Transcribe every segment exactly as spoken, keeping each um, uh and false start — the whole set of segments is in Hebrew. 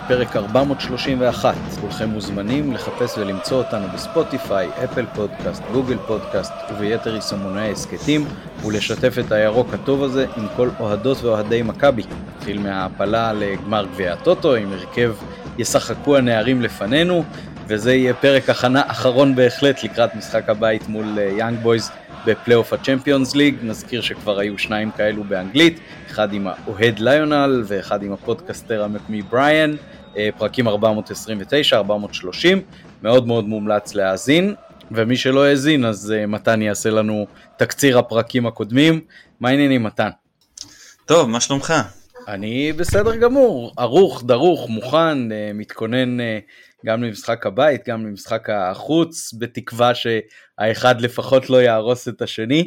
פרק ארבע מאות שלושים ואחת. כולכם מוזמנים לחפש ולמצוא אותנו בספוטיפיי, אפל פודקאסט, גוגל פודקאסט וביתר יישומוני ההסכתים, ולשתף את הירוק הטוב הזה עם כל אוהדות ואוהדי מכבי. נתחיל מההעפלה לגמר גביע הטוטו, עם הרכב ישחקו הנערים לפנינו, וזה יהיה פרק הכנה אחרון בהחלט לקראת משחק הבית מול יאנג בויז בפלייאוף הצ'מפיונס ליג. נזכיר שכבר היו שניים כאלו באנגלית, אחד עם האוהד ליונל ואחד עם הפודקאסטר המקומי בריאן. פרקים ארבע מאות עשרים ותשע, ארבע מאות שלושים, מאוד מאוד מומלץ להאזין, ומי שלא האזין אז מתן יעשה לנו תקציר הפרקים הקודמים. מה העניינים מתן? טוב, מה שלומך? אני בסדר גמור, ערוך, דרוך, מוכן, מתכונן גם למשחק הבית, גם למשחק החוץ, בתקווה שהאחד לפחות לא יהרוס את השני,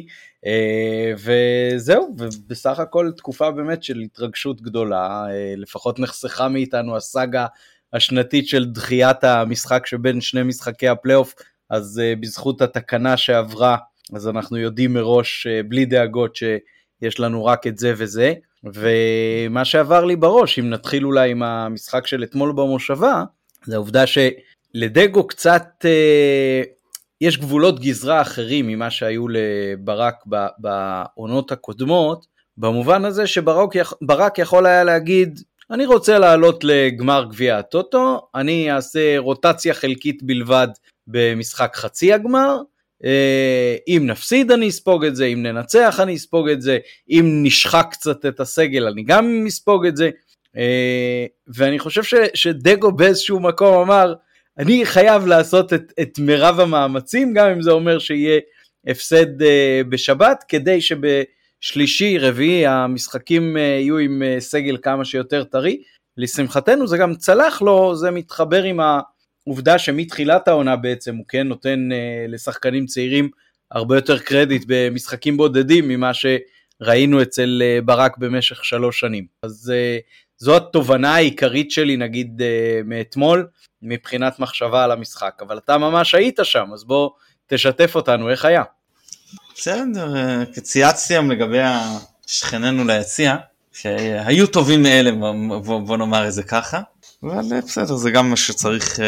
וזהו, ובסך הכל תקופה באמת של התרגשות גדולה, לפחות נחסכה מאיתנו הסאגה השנתית של דחיית המשחק שבין שני משחקי הפלייאוף, אז בזכות התקנה שעברה, אז אנחנו יודעים מראש בלי דאגות שיש לנו רק את זה וזה, ומה שעבר לי בראש, אם נתחיל אולי עם המשחק של אתמול במושבה, זה העובדה שלדגו קצת, אה, יש גבולות גזרה אחרים ממה שהיו לברק בעונות הקודמות, במובן הזה שברק יכול היה להגיד, אני רוצה לעלות לגמר גביע הטוטו, אני אעשה רוטציה חלקית בלבד במשחק חצי הגמר, אם נפסיד אני אספוג את זה, אם ננצח אני אספוג את זה, אם נשחק קצת את הסגל אני גם אספוג את זה, ואני חושב ש, שדגו באיזשהו מקום אמר, אני חייב לעשות את, את מרב המאמצים, גם אם זה אומר שיהיה הפסד בשבת, כדי שבשלישי, רביעי, המשחקים יהיו עם סגל כמה שיותר טרי. לשמחתנו זה גם צלח לו, זה מתחבר עם העובדה שמתחילת העונה בעצם הוא כן נותן לשחקנים צעירים הרבה יותר קרדיט במשחקים בודדים ממה שראינו אצל ברק במשך שלוש שנים. אז זו התובנה העיקרית שלי נגיד מאתמול מבחינת מחשבה על המשחק, אבל אתה ממש היית שם, אז בוא תשתף אותנו, איך היה? בסדר, צייצתי היום לגבי שכננו ליציע, שהיו טובים מאלה, בוא, בוא נאמר את זה ככה, אבל בסדר, זה גם מה שצריך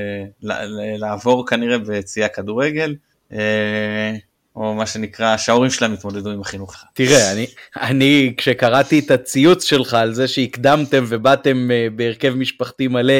לעבור כנראה ביציע כדורגל, או מה שנקרא, שההורים שלהם התמודדו עם החינוך. תראה, אני, אני כשקראתי את הציוץ שלך על זה שהקדמתם ובאתם בהרכב משפחתי מלא,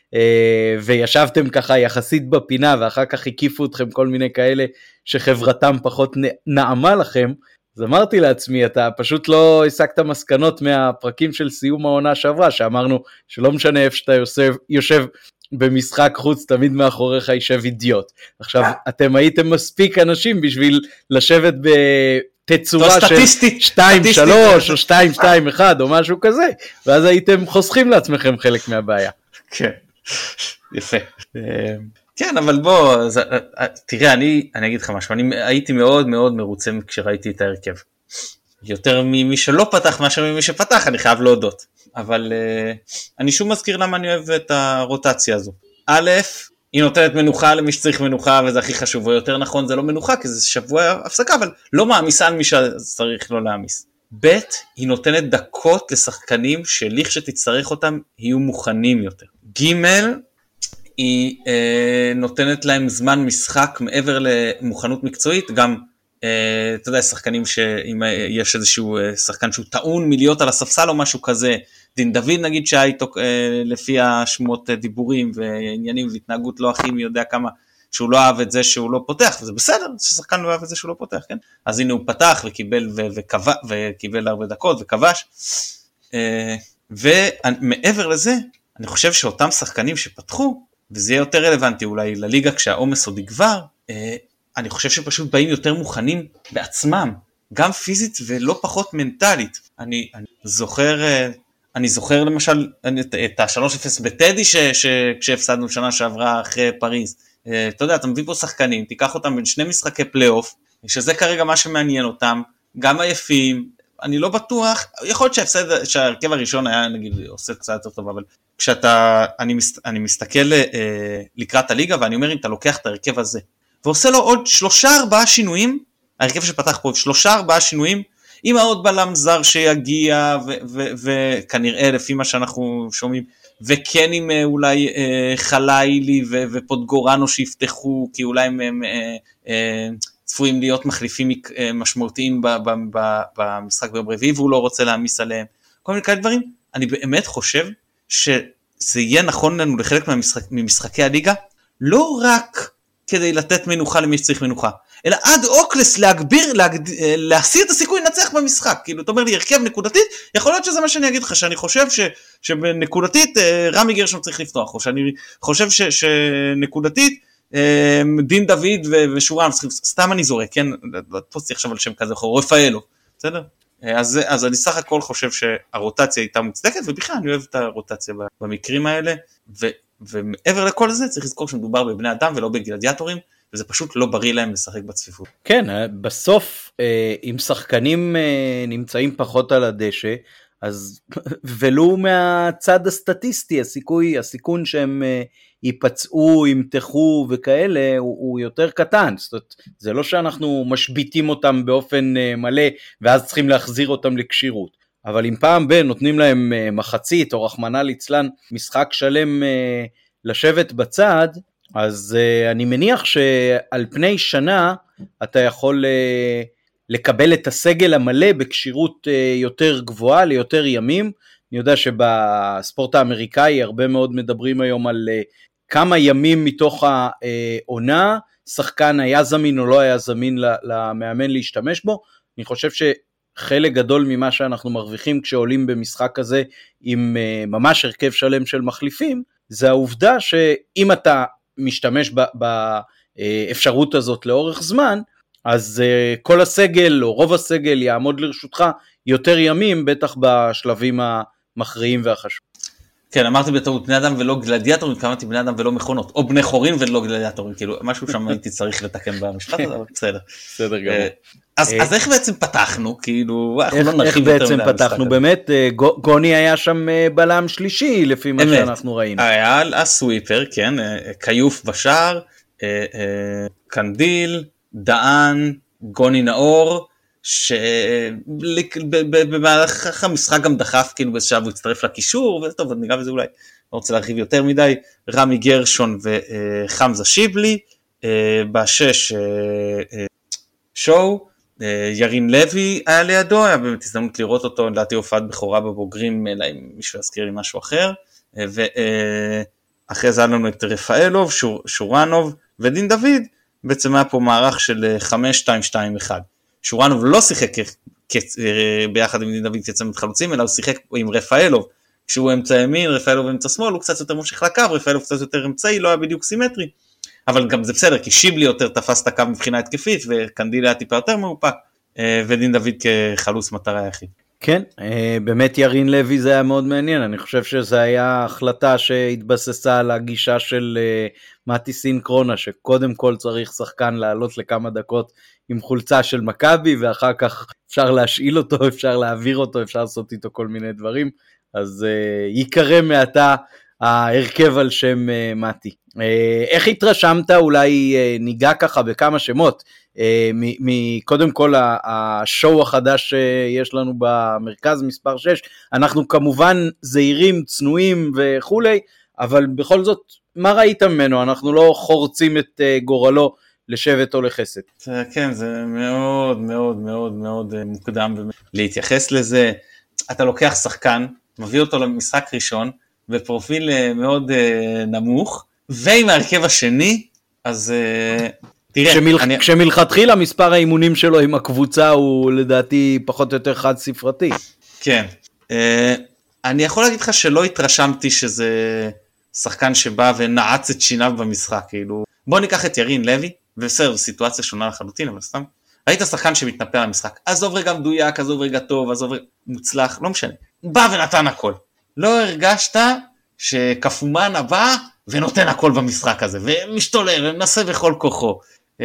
וישבתם ככה יחסית בפינה, ואחר כך הקיפו אתכם כל מיני כאלה שחברתם פחות נעמה לכם, אז אמרתי לעצמי, אתה פשוט לא הסקת מסקנות מהפרקים של סיום העונה שעברה, שאמרנו שלא משנה איפה שאתה יושב, יושב במשחק חוץ, תמיד מאחוריך יישב אידיוט. עכשיו, אתם הייתם מספיק אנשים בשביל לשבת בתצורה של שתיים שלוש או שתיים שתיים אחת או משהו כזה, ואז הייתם חוסכים לעצמכם חלק מהבעיה. כן, יפה. כן, אבל בוא, תראה, אני, אני אגיד לך משהו, אני הייתי מאוד מאוד מרוצה כשראיתי את ההרכב. יותר ממי שלא פתח מאשר ממי שפתח, אני חייב להודות. אבל uh, אני שוב מזכיר למה אני אוהב את הרוטציה הזו. א', היא נותנת מנוחה למי שצריך מנוחה, וזה הכי חשוב, ויותר נכון זה לא מנוחה, כי זה שבוע הפסקה, אבל לא מעמיסה על מי שצריך לא להעמיס. ב', היא נותנת דקות לשחקנים שליך שתצטרך אותם, יהיו מוכנים יותר. ג', היא uh, נותנת להם זמן משחק מעבר למוכנות מקצועית, גם אתה יודע, שחקנים שאם יש איזשהו שחקן שהוא טעון מלהיות על הספסל או משהו כזה, דין דוד נגיד שהיה איתו לפי השמות דיבורים ועניינים והתנהגות לא הכי מי יודע כמה שהוא לא אהב את זה שהוא לא פותח, וזה בסדר ששחקן לא אהב את זה שהוא לא פותח, כן? אז הנה הוא פתח וקיבל, וכבש, וקיבל הרבה דקות וכבש, ומעבר לזה אני חושב שאותם שחקנים שפתחו, וזה יהיה יותר רלוונטי אולי לליגה כשהעומס עוד יגבר, אני חושב שפשוט באים יותר מוכנים בעצמם, גם פיזית ולא פחות מנטלית. אני, אני זוכר, אני זוכר למשל את ה-שלוש אפס בטדי כשהפסדנו שנה שעברה אחרי פריז. אתה יודע, אתה מביא פה שחקנים, תיקח אותם בין שני משחקי פלייאוף, שזה כרגע מה שמעניין אותם, גם עייפים, אני לא בטוח, יכול להיות שההפסד, שההרכב הראשון היה נגיד עושה קצת יותר טוב, אבל כשאתה, אני, אני מסתכל לקראת הליגה ואני אומר אם אתה לוקח את ההרכב הזה, ועושה לו עוד שלושה ארבעה שינויים, ההרכב שפתח פה שלושה ארבעה שינויים, עם העוד בלם זר שיגיע, וכנראה לפי מה שאנחנו שומעים, וכן עם אולי חליילי ופודגורנו שיפתחו, כי אולי הם צפויים להיות מחליפים משמעותיים במשחק ביום רביעי, והוא לא רוצה להמיס עליהם, כל מיני כאלה דברים. אני באמת חושב שזה יהיה נכון לנו לחלק ממשחקי הליגה, לא רק כדי לתת מנוחה למי שצריך מנוחה, אלא עד אוקלס להגביר, להגד... להסיר את הסיכוי לנצח במשחק. כאילו, אתה אומר לי, הרכב נקודתית, יכול להיות שזה מה שאני אגיד לך, שאני חושב ש... שבנקודתית רמי גרשון צריך לפתוח, או שאני חושב ש... שנקודתית דין דוד ו... ושורן, סתם אני זורק, כן? לא תפוסתי עכשיו על שם כזה, או רפאלו, בסדר? אז, אז אני סך הכל חושב שהרוטציה הייתה מוצדקת, ובכלל אני אוהב את הרוטציה במקרים האלה, ו... ומעבר לכל זה צריך לזכור שמדובר בבני אדם ולא בגלדיאטורים, וזה פשוט לא בריא להם לשחק בצפיפות. כן, בסוף אם שחקנים נמצאים פחות על הדשא, אז ולו מהצד הסטטיסטי, הסיכוי, הסיכון שהם ייפצעו, ימתחו וכאלה, הוא, הוא יותר קטן. זאת אומרת, זה לא שאנחנו משביטים אותם באופן מלא, ואז צריכים להחזיר אותם לקשירות. אבל אם פעם בין נותנים להם מחצית או רחמנא ליצלן משחק שלם לשבת בצד, אז אני מניח שעל פני שנה אתה יכול לקבל את הסגל המלא בקשירות יותר גבוהה ליותר ימים. אני יודע שבספורט האמריקאי הרבה מאוד מדברים היום על כמה ימים מתוך העונה שחקן היה זמין או לא היה זמין למאמן להשתמש בו. אני חושב ש חלק גדול ממה שאנחנו מרוויחים כשעולים במשחק הזה עם ממש הרכב שלם של מחליפים, זה העובדה שאם אתה משתמש באפשרות הזאת לאורך זמן, אז כל הסגל או רוב הסגל יעמוד לרשותך יותר ימים, בטח בשלבים המכריעים והחשובים. כן, אמרתי בטעות בני אדם ולא גלדיאטורים, אמרתי בני אדם ולא מכונות, או בני חורים ולא גלדיאטורים, כאילו משהו שם הייתי צריך לתקן במשפט הזה, אבל בסדר. בסדר גמור. אז, אז איך בעצם פתחנו? כאילו, אנחנו איך, לא נרחיב איך יותר בעצם פתחנו? באמת, גוני היה שם בלם שלישי, לפי מה אמת. שאנחנו ראינו. היה הסוויפר, כן, קיוף בשער, קנדיל, דען, גוני נאור, שבמהלך המשחק גם דחף, כאילו בשעה הוא הצטרף לקישור, וטוב, אני ניגע בזה אולי, לא רוצה להרחיב יותר מדי, רמי גרשון וחמזה שיבלי, בשש שואו, ירין לוי היה לידו, היה באמת הזדמנות לראות אותו, לדעתי הופעת בכורה בבוגרים, אלא אם מישהו יזכיר לי משהו אחר, ואחרי זה היה לנו את רפאלוב, שור, שורנוב ודין דוד, בעצם היה פה מערך של חמש שתיים שתיים אחת. שורנוב לא שיחק ביחד עם דין דוד כצמד חלוצים, אלא הוא שיחק עם רפאלוב, כשהוא אמצע ימין, רפאלוב אמצע שמאל, הוא קצת יותר מושך לקו, רפאלוב קצת יותר אמצעי, לא היה בדיוק סימטרי, אבל גם זה בסדר, כי שיבלי יותר תפס את הקו מבחינה התקפית, וקנדיל היה טיפה יותר מאופק, ודין דוד כחלוץ מטרה היחיד. כן, באמת ירין לוי זה היה מאוד מעניין, אני חושב שזה היה החלטה שהתבססה על הגישה של מתי סינקרונה, שקודם כל צריך שחקן לעלות לכמה דקות עם חולצה של מכבי, ואחר כך אפשר להשאיל אותו, אפשר להעביר אותו, אפשר לעשות איתו כל מיני דברים, אז יקרא מעתה ההרכב על שם מתי. איך התרשמת? אולי ניגע ככה בכמה שמות, קודם כל השואו החדש שיש לנו במרכז מספר שש, אנחנו כמובן זהירים, צנועים וכולי, אבל בכל זאת, מה ראית ממנו? אנחנו לא חורצים את גורלו לשבט או לחסד. כן, זה מאוד מאוד מאוד מאוד מוקדם להתייחס לזה. אתה לוקח שחקן, מביא אותו למשחק ראשון, בפרופיל מאוד נמוך, ועם ההרכב השני, אז תראה, כשמל... אני... כשמלכתחילה מספר האימונים שלו עם הקבוצה הוא לדעתי פחות או יותר חד ספרתי. כן, אני יכול להגיד לך שלא התרשמתי שזה שחקן שבא ונעץ את שיניו במשחק, כאילו, בוא ניקח את ירין לוי, ובסדר, סיטואציה שונה לחלוטין, אבל סתם, ראית שחקן שמתנפל על המשחק, עזוב רגע מדויק, עזוב רגע טוב, עזוב רגע מוצלח, לא משנה, בא ונתן הכל, לא הרגשת שקפומן הבא ונותן הכל במשחק הזה, ומשתולל, ומנסה בכל כוחו.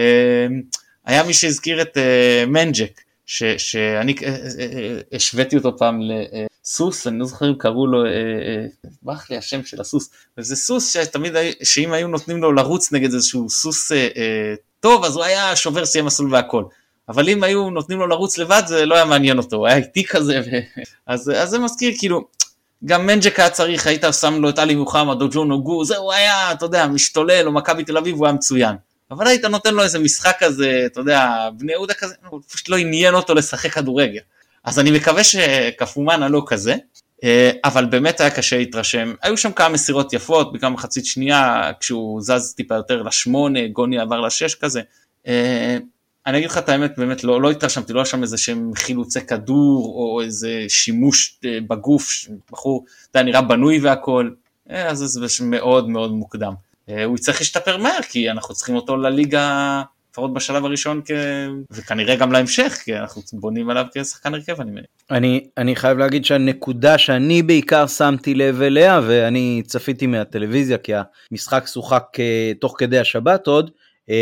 היה מי שהזכיר את מנג'ק, שאני השוויתי אותו פעם לסוס, אני לא זוכר אם קראו לו, ברח לי השם של הסוס, וזה סוס שתמיד, שאם היו נותנים לו לרוץ נגד איזשהו סוס טוב, אז הוא היה שובר סיים מסלול והכל. אבל אם היו נותנים לו לרוץ לבד, זה לא היה מעניין אותו, הוא היה איתי כזה, ו... אז, אז זה מזכיר, כאילו, גם מנג'ק היה צריך, היית שם לו את אלי מוחמד או ג'ון אוגו, זהו היה, אתה יודע, משתולל, או מכבי תל אביב, הוא היה מצוין. אבל היית נותן לו איזה משחק כזה, אתה יודע, בני יהודה כזה, הוא פשוט לא עניין אותו לשחק כדורגל. אז אני מקווה שקפומן עלו כזה, אבל באמת היה קשה להתרשם. היו שם כמה מסירות יפות, בכמה מחצית שנייה, כשהוא זז טיפה יותר לשמונה, גוני עבר לשש כזה. אני אגיד לך את האמת, באמת לא, לא התרשמתי, לא שם איזה שהם חילוצי כדור, או איזה שימוש בגוף, בחור, אתה נראה בנוי והכל, אז זה מאוד מאוד מוקדם. הוא יצטרך להשתפר מהר, כי אנחנו צריכים אותו לליגה, לפחות בשלב הראשון, כ... וכנראה גם להמשך, כי אנחנו בונים עליו כשחקן הרכב, אני מניח. אני, אני חייב להגיד שהנקודה שאני בעיקר שמתי לב אליה, ואני צפיתי מהטלוויזיה, כי המשחק שוחק תוך כדי השבת עוד,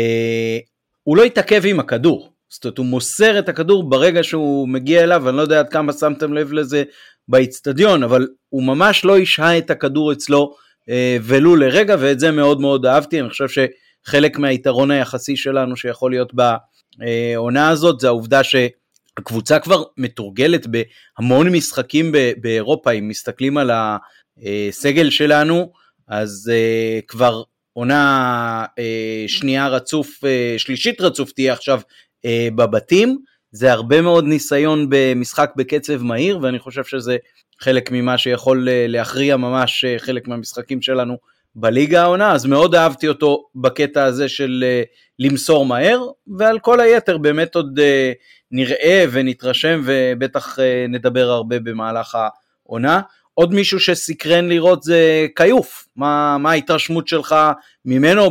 הוא לא יתעכב עם הכדור, זאת אומרת, הוא מוסר את הכדור ברגע שהוא מגיע אליו, אני לא יודע עד כמה שמתם לב לזה באצטדיון, אבל הוא ממש לא ישהה את הכדור אצלו, ולו לרגע, ואת זה מאוד מאוד אהבתי. אני חושב שחלק מהיתרון היחסי שלנו שיכול להיות בעונה הזאת, זה העובדה שהקבוצה כבר מתורגלת בהמון משחקים באירופה, אם מסתכלים על הסגל שלנו, אז כבר עונה שנייה רצוף, שלישית רצוף תהיה עכשיו בבתים, זה הרבה מאוד ניסיון במשחק בקצב מהיר, ואני חושב שזה חלק ממה שיכול להכריע ממש חלק מהמשחקים שלנו בליגה העונה, אז מאוד אהבתי אותו בקטע הזה של למסור מהר, ועל כל היתר באמת עוד נראה ונתרשם, ובטח נדבר הרבה במהלך העונה. עוד מישהו שסקרן לראות זה קיוף, מה, מה ההתרשמות שלך ממנו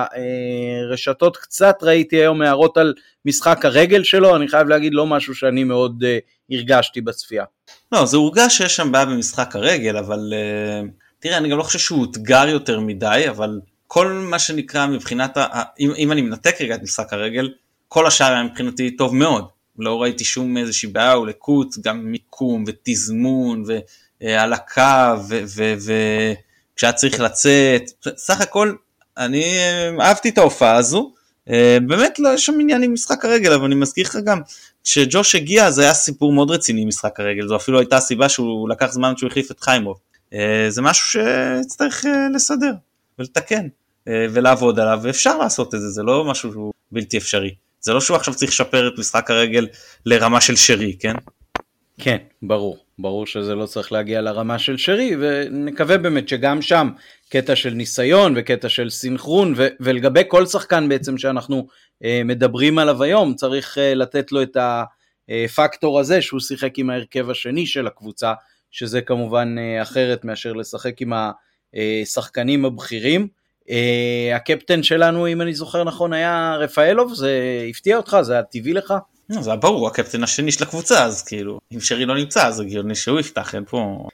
ברשתות? קצת ראיתי היום הערות על משחק הרגל שלו, אני חייב להגיד לא משהו שאני מאוד uh, הרגשתי בצפייה. לא, זה הורגש שיש שם בעיה במשחק הרגל, אבל uh, תראה, אני גם לא חושב שהוא אתגר יותר מדי, אבל כל מה שנקרא מבחינת, ה... אם, אם אני מנתק רגע את משחק הרגל, כל השאר היה מבחינתי טוב מאוד, לא ראיתי שום איזושהי בעיה או לקות, גם מיקום ותזמון ו... על הקו, וכשהיה צריך לצאת, סך הכל, אני אהבתי את ההופעה הזו, באמת לא יש שם עניין עם משחק הרגל, אבל אני מזכיר לך גם, כשג'וש הגיע, זה היה סיפור מאוד רציני עם משחק הרגל, זו אפילו הייתה הסיבה שהוא לקח זמן שהוא החליף את חיימוב, זה משהו שצריך לסדר, ולתקן, ולעבוד עליו, ואפשר לעשות את זה, זה לא משהו שהוא בלתי אפשרי, זה לא שהוא עכשיו צריך לשפר את משחק הרגל לרמה של שרי, כן? כן, ברור. ברור שזה לא צריך להגיע לרמה של שרי, ונקווה באמת שגם שם קטע של ניסיון וקטע של סינכרון, ו- ולגבי כל שחקן בעצם שאנחנו אה, מדברים עליו היום, צריך אה, לתת לו את הפקטור הזה, שהוא שיחק עם ההרכב השני של הקבוצה, שזה כמובן אה, אחרת מאשר לשחק עם השחקנים הבכירים. אה, הקפטן שלנו, אם אני זוכר נכון, היה רפאלוב, זה הפתיע אותך, זה היה טבעי לך? זה היה ברור, הקפטן השני של הקבוצה, אז כאילו, אם שרי לא נמצא, אז הגיוני שהוא יפתח, אין פה...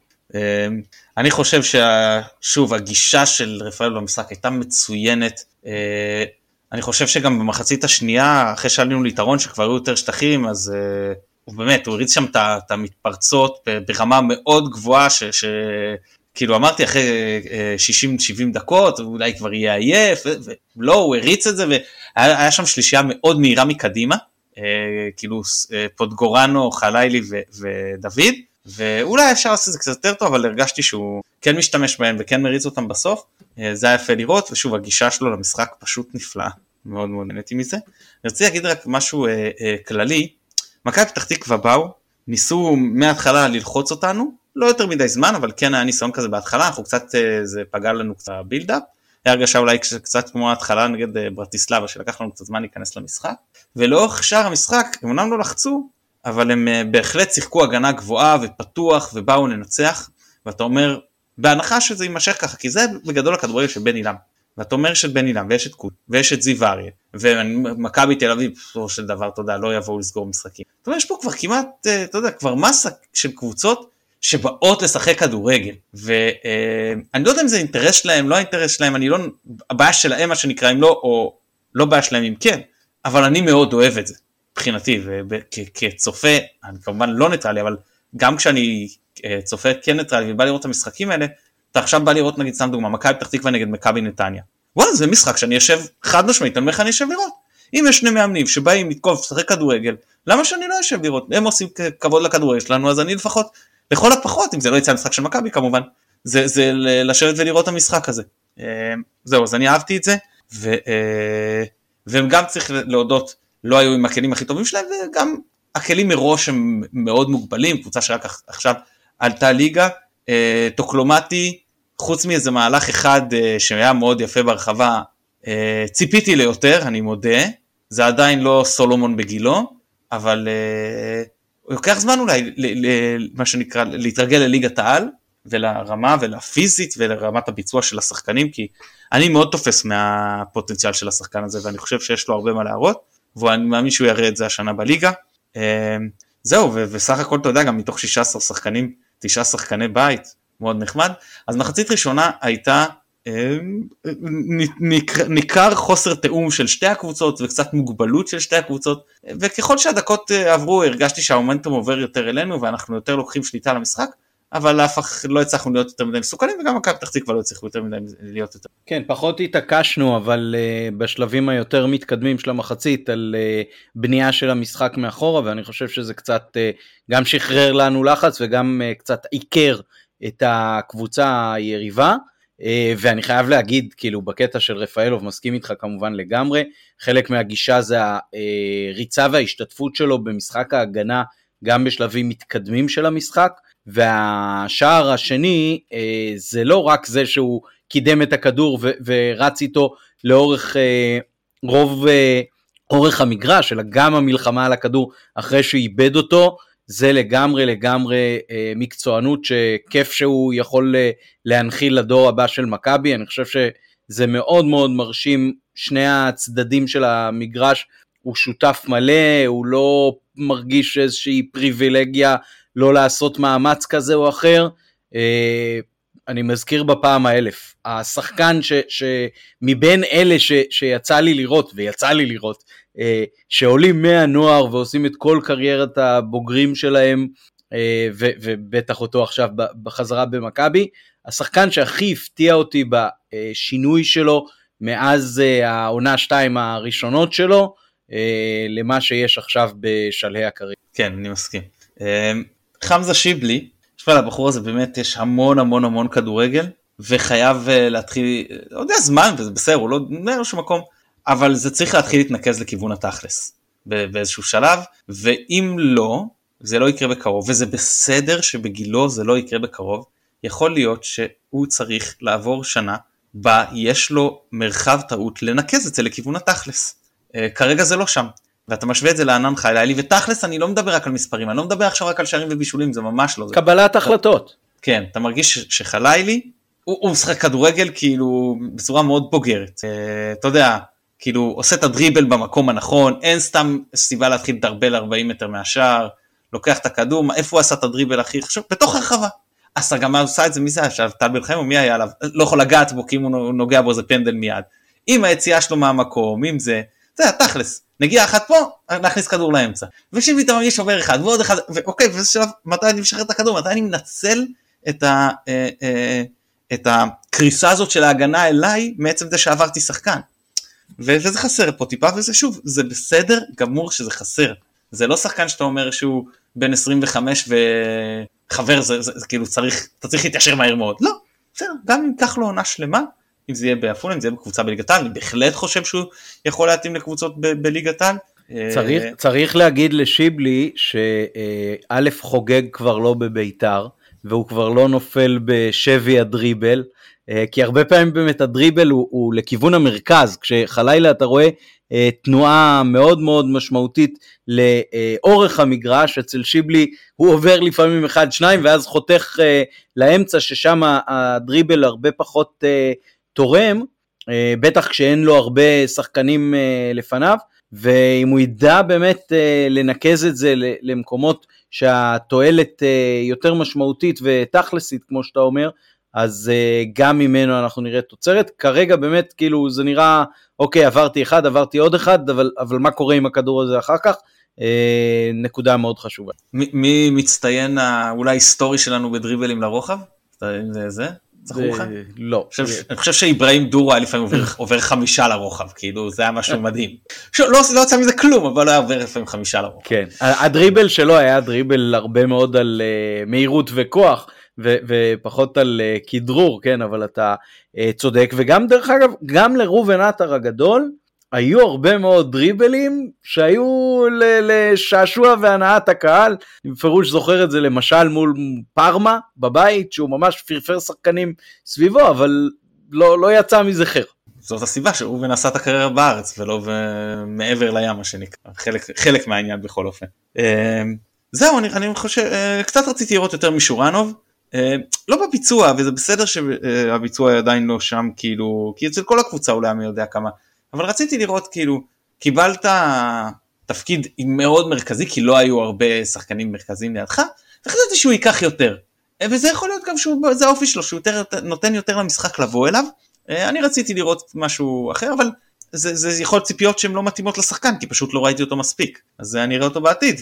אני חושב ששוב, הגישה של רפאל במשחק הייתה מצוינת, אני חושב שגם במחצית השנייה, אחרי שעלינו ליתרון שכבר היו יותר שטחים, אז הוא באמת, הוא הריץ שם את המתפרצות ברמה מאוד גבוהה, שכאילו אמרתי, אחרי שישים שבעים דקות, אולי כבר יהיה עייף, ולא, הוא הריץ את זה, והיה שם שלישייה מאוד מהירה מקדימה, כאילו פוטגורנו, חלילי ודוד, ואולי אפשר לעשות את זה קצת יותר טוב, אבל הרגשתי שהוא כן משתמש בהם וכן מריץ אותם בסוף, זה היה יפה לראות, ושוב הגישה שלו למשחק פשוט נפלאה, מאוד מאוד נהניתי מזה. אני רוצה להגיד רק משהו כללי, מכבי פתח תקווה באו, ניסו מההתחלה ללחוץ אותנו, לא יותר מדי זמן, אבל כן היה ניסיון כזה בהתחלה, אנחנו קצת, זה פגע לנו קצת בילדאפ, היה הרגשה אולי קצת כמו ההתחלה נגד ברטיסלבה, שלקח לנו קצת זמן להיכנס למשחק, ולאורך שאר המשחק, הם אומנם לא לחצו, אבל הם בהחלט שיחקו הגנה גבוהה ופתוח, ובאו לנצח, ואתה אומר, בהנחה שזה יימשך ככה, כי זה בגדול הכדורגל של בן אילם, ואתה אומר יש את בן אילם, ויש את קוט, ויש את זיו אריה, ומכבי תל אביב, של דבר, תודה, לא יבואו לסגור משחקים. זאת אומרת, יש פה כבר כמעט, אתה יודע, כבר מסה של קבוצות, שבאות לשחק כדורגל, ואני לא יודע אם זה אינטרס שלהם, לא האינטרס שלהם, אני לא, הבעיה שלהם מה שנקרא, אם לא, או לא בעיה שלהם אם כן, אבל אני מאוד אוהב את זה, מבחינתי, וכצופה, אני כמובן לא ניטרלי, אבל גם כשאני צופה כן ניטרלי, ובא לראות את המשחקים האלה, אתה עכשיו בא לראות, נגיד, סתם דוגמה, מכבי פתח תקווה נגד מכבי נתניה, וואלה, זה משחק שאני יושב חד משמעית, אני אומר לך אני יושב לראות, אם יש שני מאמנים שבאים לתקוף, לשחק כדורגל, למה שאני לא יושב לראות? הם עושים כבוד לכדורגל שלנו, אז אני לפחות לכל הפחות, אם זה לא יצא המשחק של מכבי כמובן, זה, זה לשבת ולראות את המשחק הזה. זהו, אז אני אהבתי את זה, ו, והם גם צריך להודות, לא היו עם הכלים הכי טובים שלהם, וגם הכלים מראש הם מאוד מוגבלים, קבוצה שרק עכשיו עלתה ליגה, טוקלומטי, חוץ מאיזה מהלך אחד שהיה מאוד יפה ברחבה, ציפיתי ליותר, אני מודה, זה עדיין לא סולומון בגילו, אבל הוא לוקח זמן אולי, מה שנקרא, להתרגל לליגת העל, ולרמה ולפיזית ולרמת הביצוע של השחקנים, כי אני מאוד תופס מהפוטנציאל של השחקן הזה, ואני חושב שיש לו הרבה מה להראות, ואני מאמין שהוא יראה את זה השנה בליגה. זהו, וסך הכל אתה יודע, גם מתוך שישה עשר שחקנים, תשעה שחקני בית, מאוד נחמד, אז מחצית ראשונה הייתה, ניכר חוסר תאום של שתי הקבוצות, וקצת מוגבלות של שתי הקבוצות, וככל שהדקות עברו, הרגשתי שהמומנטום עובר יותר אלינו, ואנחנו יותר לוקחים שליטה על המשחק, אבל אף אחד לא הצלחנו להיות יותר מדי מסוכנים, וגם מכבי פתח תקווה לא הצליחו יותר מדי להיות יותר. כן, פחות התעקשנו, אבל uh, בשלבים היותר מתקדמים של המחצית, על uh, בנייה של המשחק מאחורה, ואני חושב שזה קצת uh, גם שחרר לנו לחץ, וגם uh, קצת עיקר את הקבוצה היריבה, uh, ואני חייב להגיד, כאילו בקטע של רפאלוב, מסכים איתך כמובן לגמרי, חלק מהגישה זה הריצה וההשתתפות שלו במשחק ההגנה, גם בשלבים מתקדמים של המשחק, והשער השני זה לא רק זה שהוא קידם את הכדור ו- ורץ איתו לאורך רוב אורך המגרש, אלא גם המלחמה על הכדור אחרי שהוא איבד אותו, זה לגמרי לגמרי מקצוענות שכיף שהוא יכול להנחיל לדור הבא של מכבי. אני חושב שזה מאוד מאוד מרשים, שני הצדדים של המגרש, הוא שותף מלא, הוא לא מרגיש איזושהי פריבילגיה לא לעשות מאמץ כזה או אחר. אני מזכיר בפעם האלף, השחקן ש, שמבין אלה ש, שיצא לי לראות, ויצא לי לראות, שעולים מהנוער ועושים את כל קריירת הבוגרים שלהם, ו, ובטח אותו עכשיו בחזרה במכבי, השחקן שהכי הפתיע אותי בשינוי שלו, מאז העונה שתיים הראשונות שלו, למה שיש עכשיו בשלהי הקריירה. כן, אני מסכים. חמזה שיבלי, שפע לבחור הזה באמת יש המון המון המון כדורגל, וחייב להתחיל, לא יודע זמן, וזה בסדר, הוא לא נראה שום מקום, אבל זה צריך להתחיל להתנקז לכיוון התכלס, באיזשהו שלב, ואם לא, זה לא יקרה בקרוב, וזה בסדר שבגילו זה לא יקרה בקרוב, יכול להיות שהוא צריך לעבור שנה, בה יש לו מרחב טעות לנקז את זה לכיוון התכלס. כרגע זה לא שם. ואתה משווה את זה לענן חיילי, ותכלס אני לא מדבר רק על מספרים, אני לא מדבר עכשיו רק על שערים ובישולים, זה ממש לא. קבלת החלטות. כן, אתה מרגיש שחיילי, הוא משחק כדורגל כאילו בצורה מאוד בוגרת. אתה יודע, כאילו עושה את הדריבל במקום הנכון, אין סתם סיבה להתחיל לדרבל ארבעים מטר מהשער, לוקח את הכדור, איפה הוא עשה את הדריבל הכי חשוב? בתוך הרחבה. אז גם עושה את זה, מי זה עכשיו? טל בן חיים או מי היה עליו? לא יכול לגעת בו, כי אם הוא נוגע בו זה פנדל מיד. עם היציאה שלו מהמקום, עם זה, זה התכלס. נגיע אחת פה, נכניס כדור לאמצע. ושיבי אתה מרגיש עובר אחד, ועוד אחד, ואוקיי, וזה שלב, מתי אני משחרר את הכדור? מתי אני מנצל את ה, אה, אה, את הקריסה הזאת של ההגנה אליי, מעצם זה שעברתי שחקן. וזה חסר פה טיפה, וזה שוב, זה בסדר גמור שזה חסר. זה לא שחקן שאתה אומר שהוא בן עשרים וחמש וחבר, זה, זה, זה כאילו צריך, אתה צריך להתיישר מהר מאוד. לא, בסדר, גם אם כך לו עונה שלמה, אם זה יהיה באפון, אם זה יהיה בקבוצה בליגת העל, אני בהחלט חושב שהוא יכול להתאים לקבוצות ב- בליגת העל. צריך, צריך להגיד לשיבלי שא' חוגג כבר לא בביתר, והוא כבר לא נופל בשבי הדריבל, כי הרבה פעמים באמת הדריבל הוא, הוא לכיוון המרכז, כשחלילה אתה רואה תנועה מאוד מאוד משמעותית לאורך המגרש, אצל שיבלי הוא עובר לפעמים אחד שניים, ואז חותך לאמצע, ששם הדריבל הרבה פחות תורם, בטח כשאין לו הרבה שחקנים לפניו, ואם הוא ידע באמת לנקז את זה למקומות שהתועלת יותר משמעותית ותכלסית, כמו שאתה אומר, אז גם ממנו אנחנו נראה תוצרת. כרגע באמת כאילו זה נראה, אוקיי, עברתי אחד, עברתי עוד אחד, אבל, אבל מה קורה עם הכדור הזה אחר כך? נקודה מאוד חשובה. מי מצטיין אולי היסטורי שלנו בדריבלים לרוחב? זה זה? זכור לך? לא. אני חושב שאיברהים דורו היה לפעמים עובר חמישה לרוחב, כאילו זה היה משהו מדהים. לא יצא מזה כלום, אבל היה עובר לפעמים חמישה לרוחב. כן, הדריבל שלו היה דריבל הרבה מאוד על מהירות וכוח, ופחות על כדרור, כן, אבל אתה צודק, וגם דרך אגב, גם לראובן עטר הגדול, היו הרבה מאוד דריבלים שהיו לשעשוע והנעת הקהל, אני בפירוש זוכר את זה למשל מול פארמה בבית, שהוא ממש פרפר שחקנים סביבו, אבל לא, לא יצא מזה חר. זאת הסיבה שהוא נסע את הקריירה בארץ, ולא מעבר לים, מה שנקרא, חלק, חלק מהעניין בכל אופן. זהו, אני, אני חושב, קצת רציתי לראות יותר משורנוב, לא בביצוע, וזה בסדר שהביצוע עדיין לא שם, כאילו, כי אצל כל הקבוצה אולי מי יודע כמה, אבל רציתי לראות כאילו, קיבלת תפקיד מאוד מרכזי, כי לא היו הרבה שחקנים מרכזיים לידך, וחשבתי שהוא ייקח יותר, וזה יכול להיות גם שזה האופי שלו, שהוא יותר, נותן יותר למשחק לבוא אליו, אני רציתי לראות משהו אחר, אבל זה, זה יכול להיות ציפיות שהן לא מתאימות לשחקן, כי פשוט לא ראיתי אותו מספיק, אז אני אראה אותו בעתיד,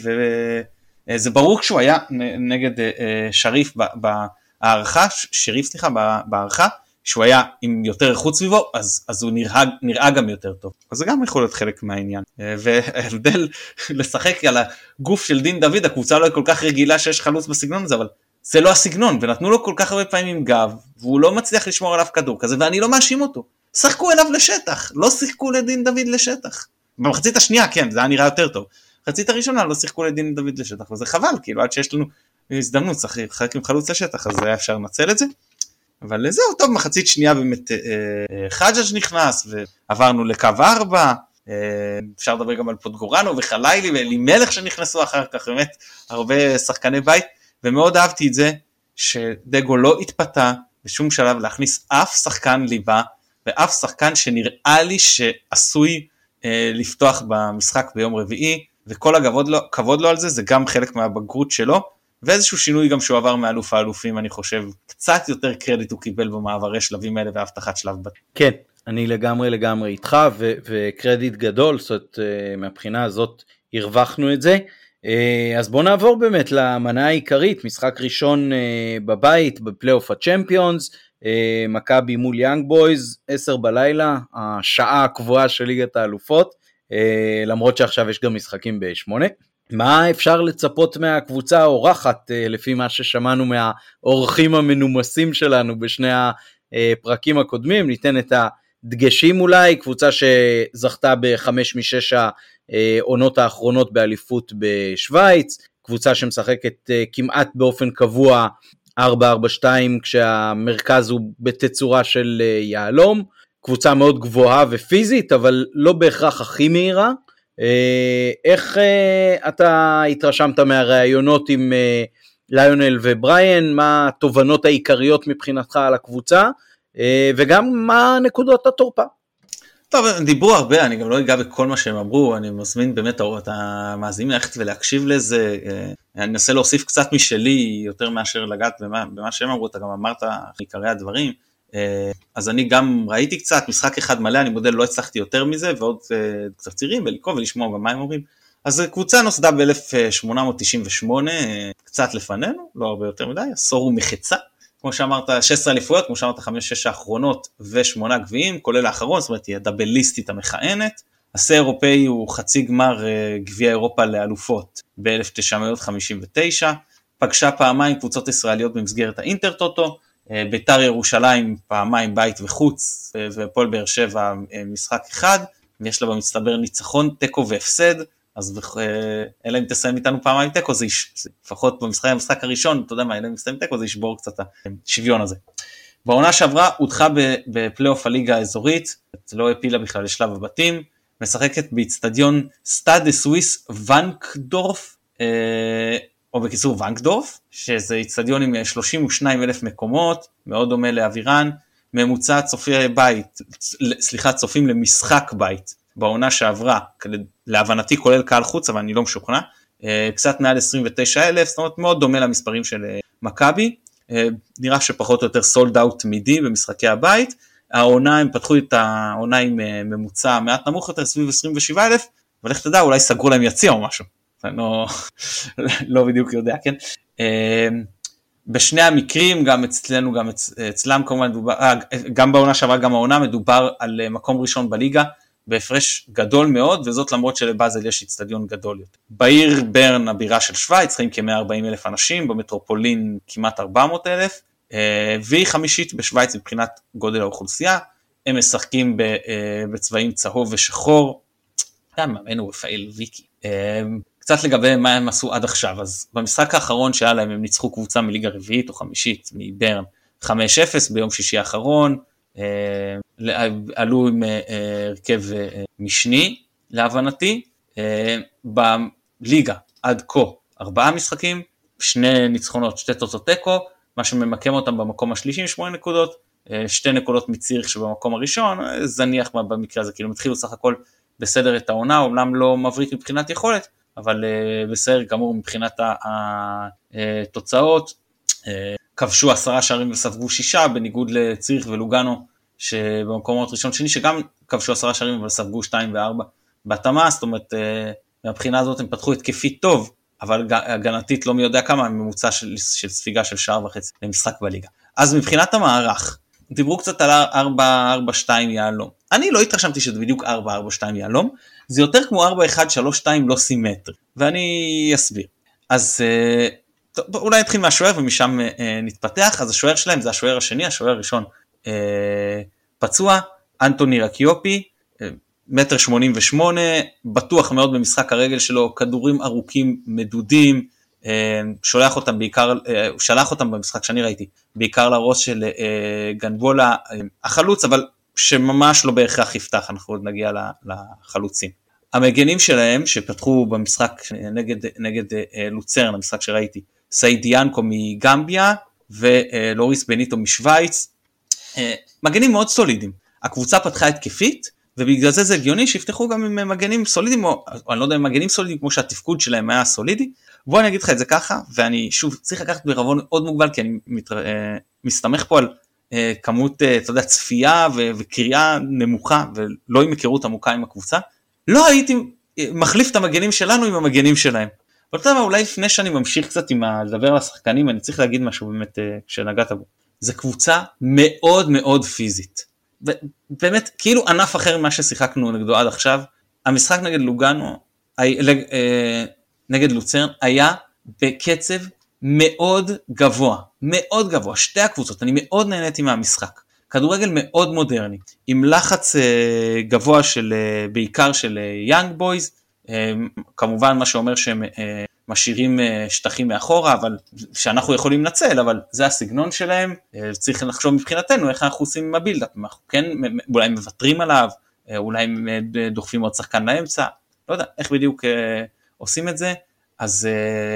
וזה ברור כשהוא היה נגד שריף בהערכה, שריף סליחה, בהערכה, שהוא היה עם יותר איכות סביבו, אז, אז הוא נראה, נראה גם יותר טוב. אז זה גם יכול להיות חלק מהעניין. וההבדל לשחק על הגוף של דין דוד, הקבוצה לא היא כל כך רגילה שיש חלוץ בסגנון הזה, אבל זה לא הסגנון, ונתנו לו כל כך הרבה פעמים עם גב, והוא לא מצליח לשמור עליו כדור כזה, ואני לא מאשים אותו. שחקו אליו לשטח, לא שיחקו לדין דוד לשטח. במחצית השנייה, כן, זה היה נראה יותר טוב. מחצית הראשונה לא שיחקו לדין דוד לשטח, וזה חבל, כאילו עד שיש לנו הזדמנות, שחק עם חלוץ לשטח, אז היה אפשר לנצל את זה. אבל זהו, טוב, מחצית שנייה באמת חג'אג' נכנס, ועברנו לקו ארבע, אפשר לדבר גם על פוטגורנו וחלילי ואלימלך שנכנסו אחר כך, באמת הרבה שחקני בית, ומאוד אהבתי את זה, שדגו לא התפתה בשום שלב להכניס אף שחקן ליבה, ואף שחקן שנראה לי שעשוי לפתוח במשחק ביום רביעי, וכל הכבוד לו, כבוד לו על זה, זה גם חלק מהבגרות שלו, ואיזשהו שינוי גם שהוא עבר מאלוף האלופים, אני חושב, קצת יותר קרדיט הוא קיבל במעברי שלבים האלה, והבטחת שלב בת. כן, אני לגמרי לגמרי איתך, ו- וקרדיט גדול, זאת אומרת, מהבחינה הזאת הרווחנו את זה, אז בואו נעבור באמת למנה העיקרית, משחק ראשון בבית, בפלייאוף הצ'מפיונס, מכבי מול יאנג בויז, עשר בלילה, השעה הקבועה של ליגת האלופות, למרות שעכשיו יש גם משחקים בשמונה, מה אפשר לצפות מהקבוצה האורחת, לפי מה ששמענו מהאורחים המנומסים שלנו בשני הפרקים הקודמים, ניתן את הדגשים אולי, קבוצה שזכתה בחמש משש העונות האחרונות באליפות בשוויץ, קבוצה שמשחקת כמעט באופן קבוע ארבע ארבע שתיים, כשהמרכז הוא בתצורה של יעלום, קבוצה מאוד גבוהה ופיזית, אבל לא בהכרח הכי מהירה. איך אתה התרשמת מהראיונות עם ליונל ובריין, מה התובנות העיקריות מבחינתך על הקבוצה, וגם מה נקודות התורפה? טוב, דיברו הרבה, אני גם לא אגע בכל מה שהם אמרו, אני מזמין באמת את המאזינים ללכת ולהקשיב לזה, אני אנסה להוסיף קצת משלי, יותר מאשר לגעת במה, במה שהם אמרו, אתה גם אמרת עיקרי הדברים, אז אני גם ראיתי קצת, משחק אחד מלא, אני מודל לא הצלחתי יותר מזה, ועוד קצת צירים ולקרוא ולשמוע גם מה הם אומרים, אז קבוצה נוסדה ב-אלף שמונה מאות תשעים ושמונה, קצת לפנינו, לא הרבה יותר מדי, עשור ומחצה, כמו שאמרת, שש עשרה אליפויות, כמו שאמרת, חמש שש האחרונות ושמונה גביעים, כולל האחרון, זאת אומרת, היא הדאבליסטית המכהנת. השיא האירופאי הוא חצי גמר גביע אירופה לאלופות ב-אלף תשע מאות חמישים ותשע, פגשה פעמיים קבוצות ישראליות במסגרת האינטרטוטו, ביתר ירושלים פעמיים בית וחוץ, ופועל באר שבע משחק אחד, ויש לה במצטבר ניצחון, תיקו והפסד, אז אלא אם תסיים איתנו פעמיים תיקו, זה לפחות במשחק המשחק הראשון, אתה יודע מה, אלא אם תסיים תיקו, זה ישבור קצת השוויון הזה. בעונה שעברה, הודחה בפלייאוף הליגה האזורית, לא הפילה בכלל לשלב הבתים, משחקת באצטדיון סטאד דה סוויס ונקדורף, או בקיצור ונקדורף, שזה אצטדיון עם שלושים ושניים אלף מקומות, מאוד דומה לאווירן, ממוצע צופי בית, סליחה, צופים למשחק בית, בעונה שעברה, להבנתי כולל קהל חוץ, אבל אני לא משוכנע, קצת מעל עשרים ותשעה אלף, זאת אומרת מאוד דומה למספרים של מכבי, נראה שפחות או יותר סולד אאוט תמידי במשחקי הבית, העונה הם פתחו את העונה עם ממוצע מעט נמוך יותר, סביב עשרים ושבעה אלף, אבל איך תדע, אולי סגרו להם יציע או משהו, אני לא, לא בדיוק יודע, כן? בשני המקרים, גם אצלנו, גם אצ, אצלם כמובן, מדובר, גם בעונה שעברה, גם העונה, מדובר על מקום ראשון בליגה, בהפרש גדול מאוד, וזאת למרות שלבאזל יש אצטדיון גדול יותר. בעיר ברן, הבירה של שוויץ, חיים כ-מאה וארבעים אלף אנשים, במטרופולין כמעט ארבע מאות אלף, והיא חמישית בשוויץ מבחינת גודל האוכלוסייה, הם משחקים בצבעים צהוב ושחור, גם מאמנו רפאל ויקי. קצת לגבי מה הם עשו עד עכשיו, אז במשחק האחרון שהיה להם הם ניצחו קבוצה מליגה רביעית או חמישית מברן חמש אפס ביום שישי האחרון, עלו עם הרכב משני להבנתי, בליגה עד כה ארבעה משחקים, שני ניצחונות, שתי תוצאות תיקו, מה שממקם אותם במקום השלישי עם שמונה נקודות, שתי נקודות מציריך שבמקום הראשון, זניח במקרה הזה, כאילו מתחילו סך הכל בסדר את העונה, אומנם לא מבריק מבחינת יכולת, אבל בסדר גמור מבחינת התוצאות, כבשו עשרה שערים וספגו שישה, בניגוד לציריך ולוגנו, שבמקומות ראשון שני, שגם כבשו עשרה שערים אבל ספגו שתיים וארבע בהתאמה, זאת אומרת, מהבחינה הזאת הם פתחו התקפית טוב, אבל הגנתית לא מי יודע כמה, ממוצע של, של ספיגה של שער וחצי למשחק בליגה. אז מבחינת המערך, דיברו קצת על ארבע ארבע שתיים יעלום. אני לא התרשמתי שזה בדיוק ארבע ארבע שתיים יעלום, זה יותר כמו ארבע אחת שלוש שתיים לא סימטרי, ואני אסביר. אז טוב, אולי נתחיל מהשוער ומשם נתפתח. אז השוער שלהם זה השוער השני, השוער הראשון פצוע, אנטוני רקיופי, מטר שמונים ושמונה, בטוח מאוד במשחק הרגל שלו, כדורים ארוכים מדודים, שולח אותם בעיקר, שלח אותם במשחק שאני ראיתי, בעיקר לראש של גנבולה, החלוץ, אבל שממש לא בהכרח יפתח, אנחנו עוד נגיע לחלוצים. המגנים שלהם שפתחו במשחק נגד, נגד לוצרן, המשחק שראיתי, סעיד ינקו מגמביה ולוריס בניטו משוויץ, מגנים מאוד סולידיים. הקבוצה פתחה התקפית, ובגלל זה זה הגיוני שיפתחו גם עם מגנים סולידיים, או אני לא יודע אם מגנים סולידיים כמו שהתפקוד שלהם היה סולידי. בוא אני אגיד לך את זה ככה, ואני שוב צריך לקחת בערבון מאוד מוגבל, כי אני מתר... מסתמך פה על כמות, אתה יודע, צפייה ו... וקריאה נמוכה, ולא עם היכרות עמוקה עם הקבוצה. לא הייתי מחליף את המגנים שלנו עם המגנים שלהם. אבל אתה יודע מה, אולי לפני שאני ממשיך קצת עם לדבר על השחקנים, אני צריך להגיד משהו באמת כשנגעת בו. זה קבוצה מאוד מאוד פיזית. באמת, כאילו ענף אחר ממה ששיחקנו נגדו עד עכשיו. המשחק נגד לוגנו, נגד לוצרן, היה בקצב מאוד גבוה, מאוד גבוה. שתי הקבוצות, אני מאוד נהניתי מהמשחק. כדורגל מאוד מודרני, עם לחץ גבוה של, בעיקר של יאנג בויז, כמובן מה שאומר שהם משאירים שטחים מאחורה, אבל שאנחנו יכולים לנצל, אבל זה הסגנון שלהם, צריך לחשוב מבחינתנו איך אנחנו עושים עם הבילדאפ, כן, אולי מבטרים עליו, אולי דוחפים עוד שחקן לאמצע, לא יודע איך בדיוק עושים את זה. אז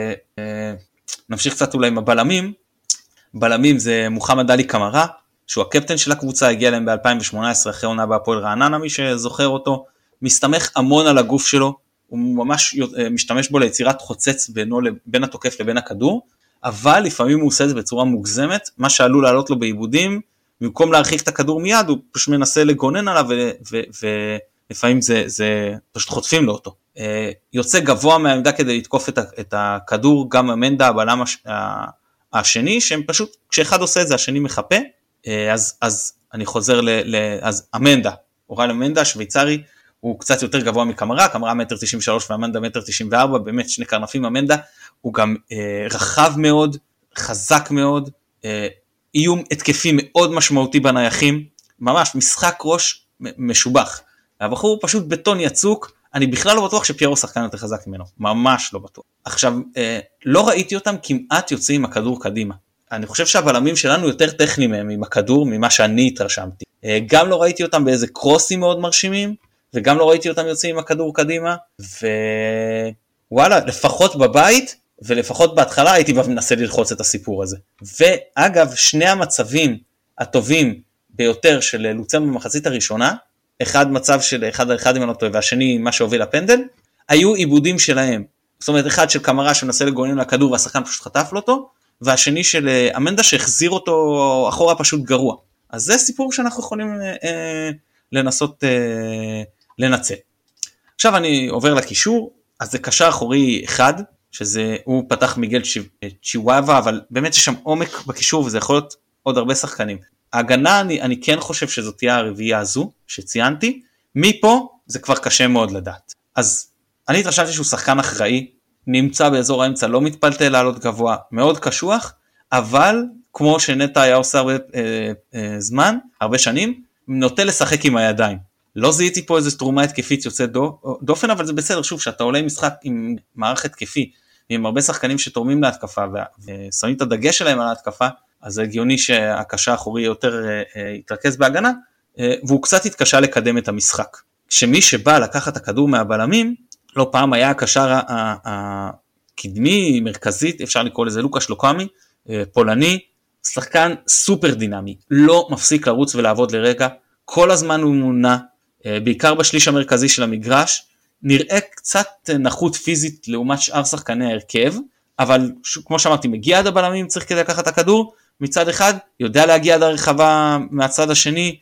נמשיך קצת אולי עם הבלמים. בלמים זה מוחמד עלי קמרה, שהוא הקפטן של הקבוצה, הגיע להם ב-אלפיים שמונה עשרה אחרי עונה בהפועל רעננה, מי שזוכר אותו, מסתמך המון על הגוף שלו, הוא ממש משתמש בו ליצירת חוצץ בינו, בין התוקף לבין הכדור, אבל לפעמים הוא עושה את זה בצורה מוגזמת, מה שעלול לעלות לו בעיבודים, במקום להרחיק את הכדור מיד, הוא פשוט מנסה לגונן עליו, ולפעמים זה, זה פשוט חוטפים לו אותו. יוצא גבוה מהעמדה כדי לתקוף את הכדור, גם המנדה, הבלם השני, שהם פשוט, כשאחד עושה את זה, השני מחפה, אז, אז אני חוזר ל, ל אז אמנדה, אורל אמנדה, שוויצרי, הוא קצת יותר גבוה מקמרה, קמרה מטר תשעים ושלוש ואמנדה מטר תשעים וארבע, באמת שני קרנפים. אמנדה הוא גם אה, רחב מאוד, חזק מאוד, אה, איום התקפי מאוד משמעותי בנייחים, ממש משחק ראש משובח. הבחור פשוט בטון יצוק, אני בכלל לא בטוח שפיירו שחקן יותר חזק ממנו, ממש לא בטוח. עכשיו, אה, לא ראיתי אותם כמעט יוצאים עם הכדור קדימה. אני חושב שהבלמים שלנו יותר טכניים מהם עם הכדור, ממה שאני התרשמתי. אה, גם לא ראיתי אותם באיזה קרוסים מאוד מרשימים, וגם לא ראיתי אותם יוצאים עם הכדור קדימה, ווואלה, לפחות בבית, ולפחות בהתחלה הייתי מנסה ללחוץ את הסיפור הזה. ואגב, שני המצבים הטובים ביותר של לוצרן במחצית הראשונה, אחד מצב של אחד אחד עם הנוטו, והשני מה שהוביל לפנדל, היו עיבודים שלהם. זאת אומרת, אחד של קמרה שמנסה לגונן לכדור, והשחקן פשוט חטף לו אותו, והשני של אמנדה שהחזיר אותו אחורה פשוט גרוע. אז זה סיפור שאנחנו יכולים אה, לנסות אה, לנצל. עכשיו אני עובר לקישור, אז זה קשר אחורי אחד, שזה, הוא פתח מיגל צ'יוואבה, אבל באמת יש שם עומק בקישור, וזה יכול להיות עוד הרבה שחקנים. ההגנה, אני, אני כן חושב שזאת תהיה הרביעייה הזו, שציינתי, מפה זה כבר קשה מאוד לדעת. אז אני התרשמתי שהוא שחקן אחראי, נמצא באזור האמצע, לא מתפלטל לעלות גבוה, מאוד קשוח, אבל כמו שנטע היה עושה הרבה אה, אה, זמן, הרבה שנים, נוטה לשחק עם הידיים. לא זיהיתי פה איזו תרומה התקפית יוצאת דו, דופן, אבל זה בסדר, שוב, שאתה עולה עם משחק עם מערך התקפי, עם הרבה שחקנים שתורמים להתקפה, ושמים את הדגש שלהם על ההתקפה, אז זה הגיוני שהקשה האחורי יותר אה, אה, יתרכז בהגנה, אה, והוא קצת התקשה לקדם את המשחק. שמי שבא לקחת את הכדור מהבלמים, לא פעם היה הקשר הקדמי, מרכזית, אפשר לקרוא לזה לוקאש לוקאמי, פולני, שחקן סופר דינמי, לא מפסיק לרוץ ולעבוד לרגע, כל הזמן הוא מונע, בעיקר בשליש המרכזי של המגרש, נראה קצת נחות פיזית לעומת שאר שחקני ההרכב, אבל כמו שאמרתי, מגיע עד הבלמים, צריך כדי לקחת את הכדור, מצד אחד, יודע להגיע עד הרחבה מהצד השני,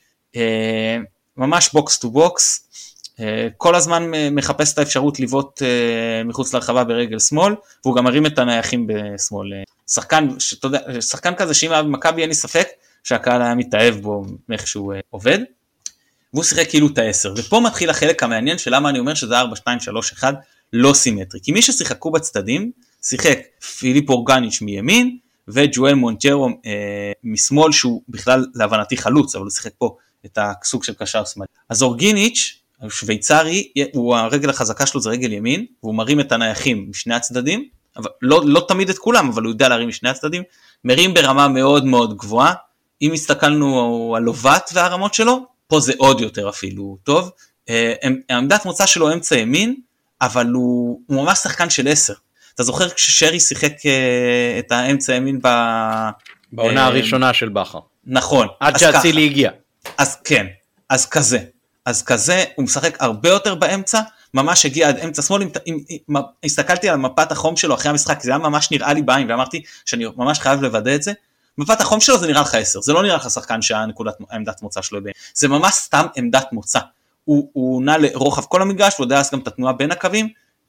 ממש בוקס טו בוקס, כל הזמן מחפש את האפשרות לבעוט מחוץ לרחבה ברגל שמאל, והוא גם מרים את הנייחים בשמאל. שחקן, שתודע, שחקן כזה שאם היה במכבי אין לי ספק שהקהל היה מתאהב בו מאיך שהוא עובד, והוא שיחק כאילו את העשר, ופה מתחיל החלק המעניין של למה אני אומר שזה ארבע שתיים שלוש אחת לא סימטרי, כי מי ששיחקו בצדדים, שיחק פיליפ אורגניץ' מימין, וג'ואל מונטרו אה, משמאל, שהוא בכלל להבנתי חלוץ, אבל הוא שיחק פה את הסוג של קשר שמאלי. אז אורגניץ', השוויצרי, הוא, הרגל החזקה שלו זה רגל ימין, והוא מרים את הנייחים משני הצדדים, אבל לא, לא תמיד את כולם, אבל הוא יודע להרים משני הצדדים, מרים ברמה מאוד מאוד גבוהה, אם הסתכלנו על לובט והרמות שלו, פה זה עוד יותר אפילו טוב, העמדת מוצא שלו אמצע ימין, אבל הוא, הוא ממש שחקן של עשר, אתה זוכר כששרי שיחק את האמצע ימין ב... בעונה הראשונה של בכר. נכון. עד שהצילי הגיע. אז כן, אז כזה. אז כזה, הוא משחק הרבה יותר באמצע, ממש הגיע עד אמצע שמאל, אם, אם, אם, הסתכלתי על מפת החום שלו אחרי המשחק, זה היה ממש נראה לי בעין, ואמרתי שאני ממש חייב לוודא את זה, מפת החום שלו זה נראה לך עשר, זה לא נראה לך שחקן שהעמדת מוצא שלו בין, זה ממש סתם עמדת מוצא, הוא, הוא נע לרוחב כל המגרש, והוא יודע אז גם את התנועה בין הקווים,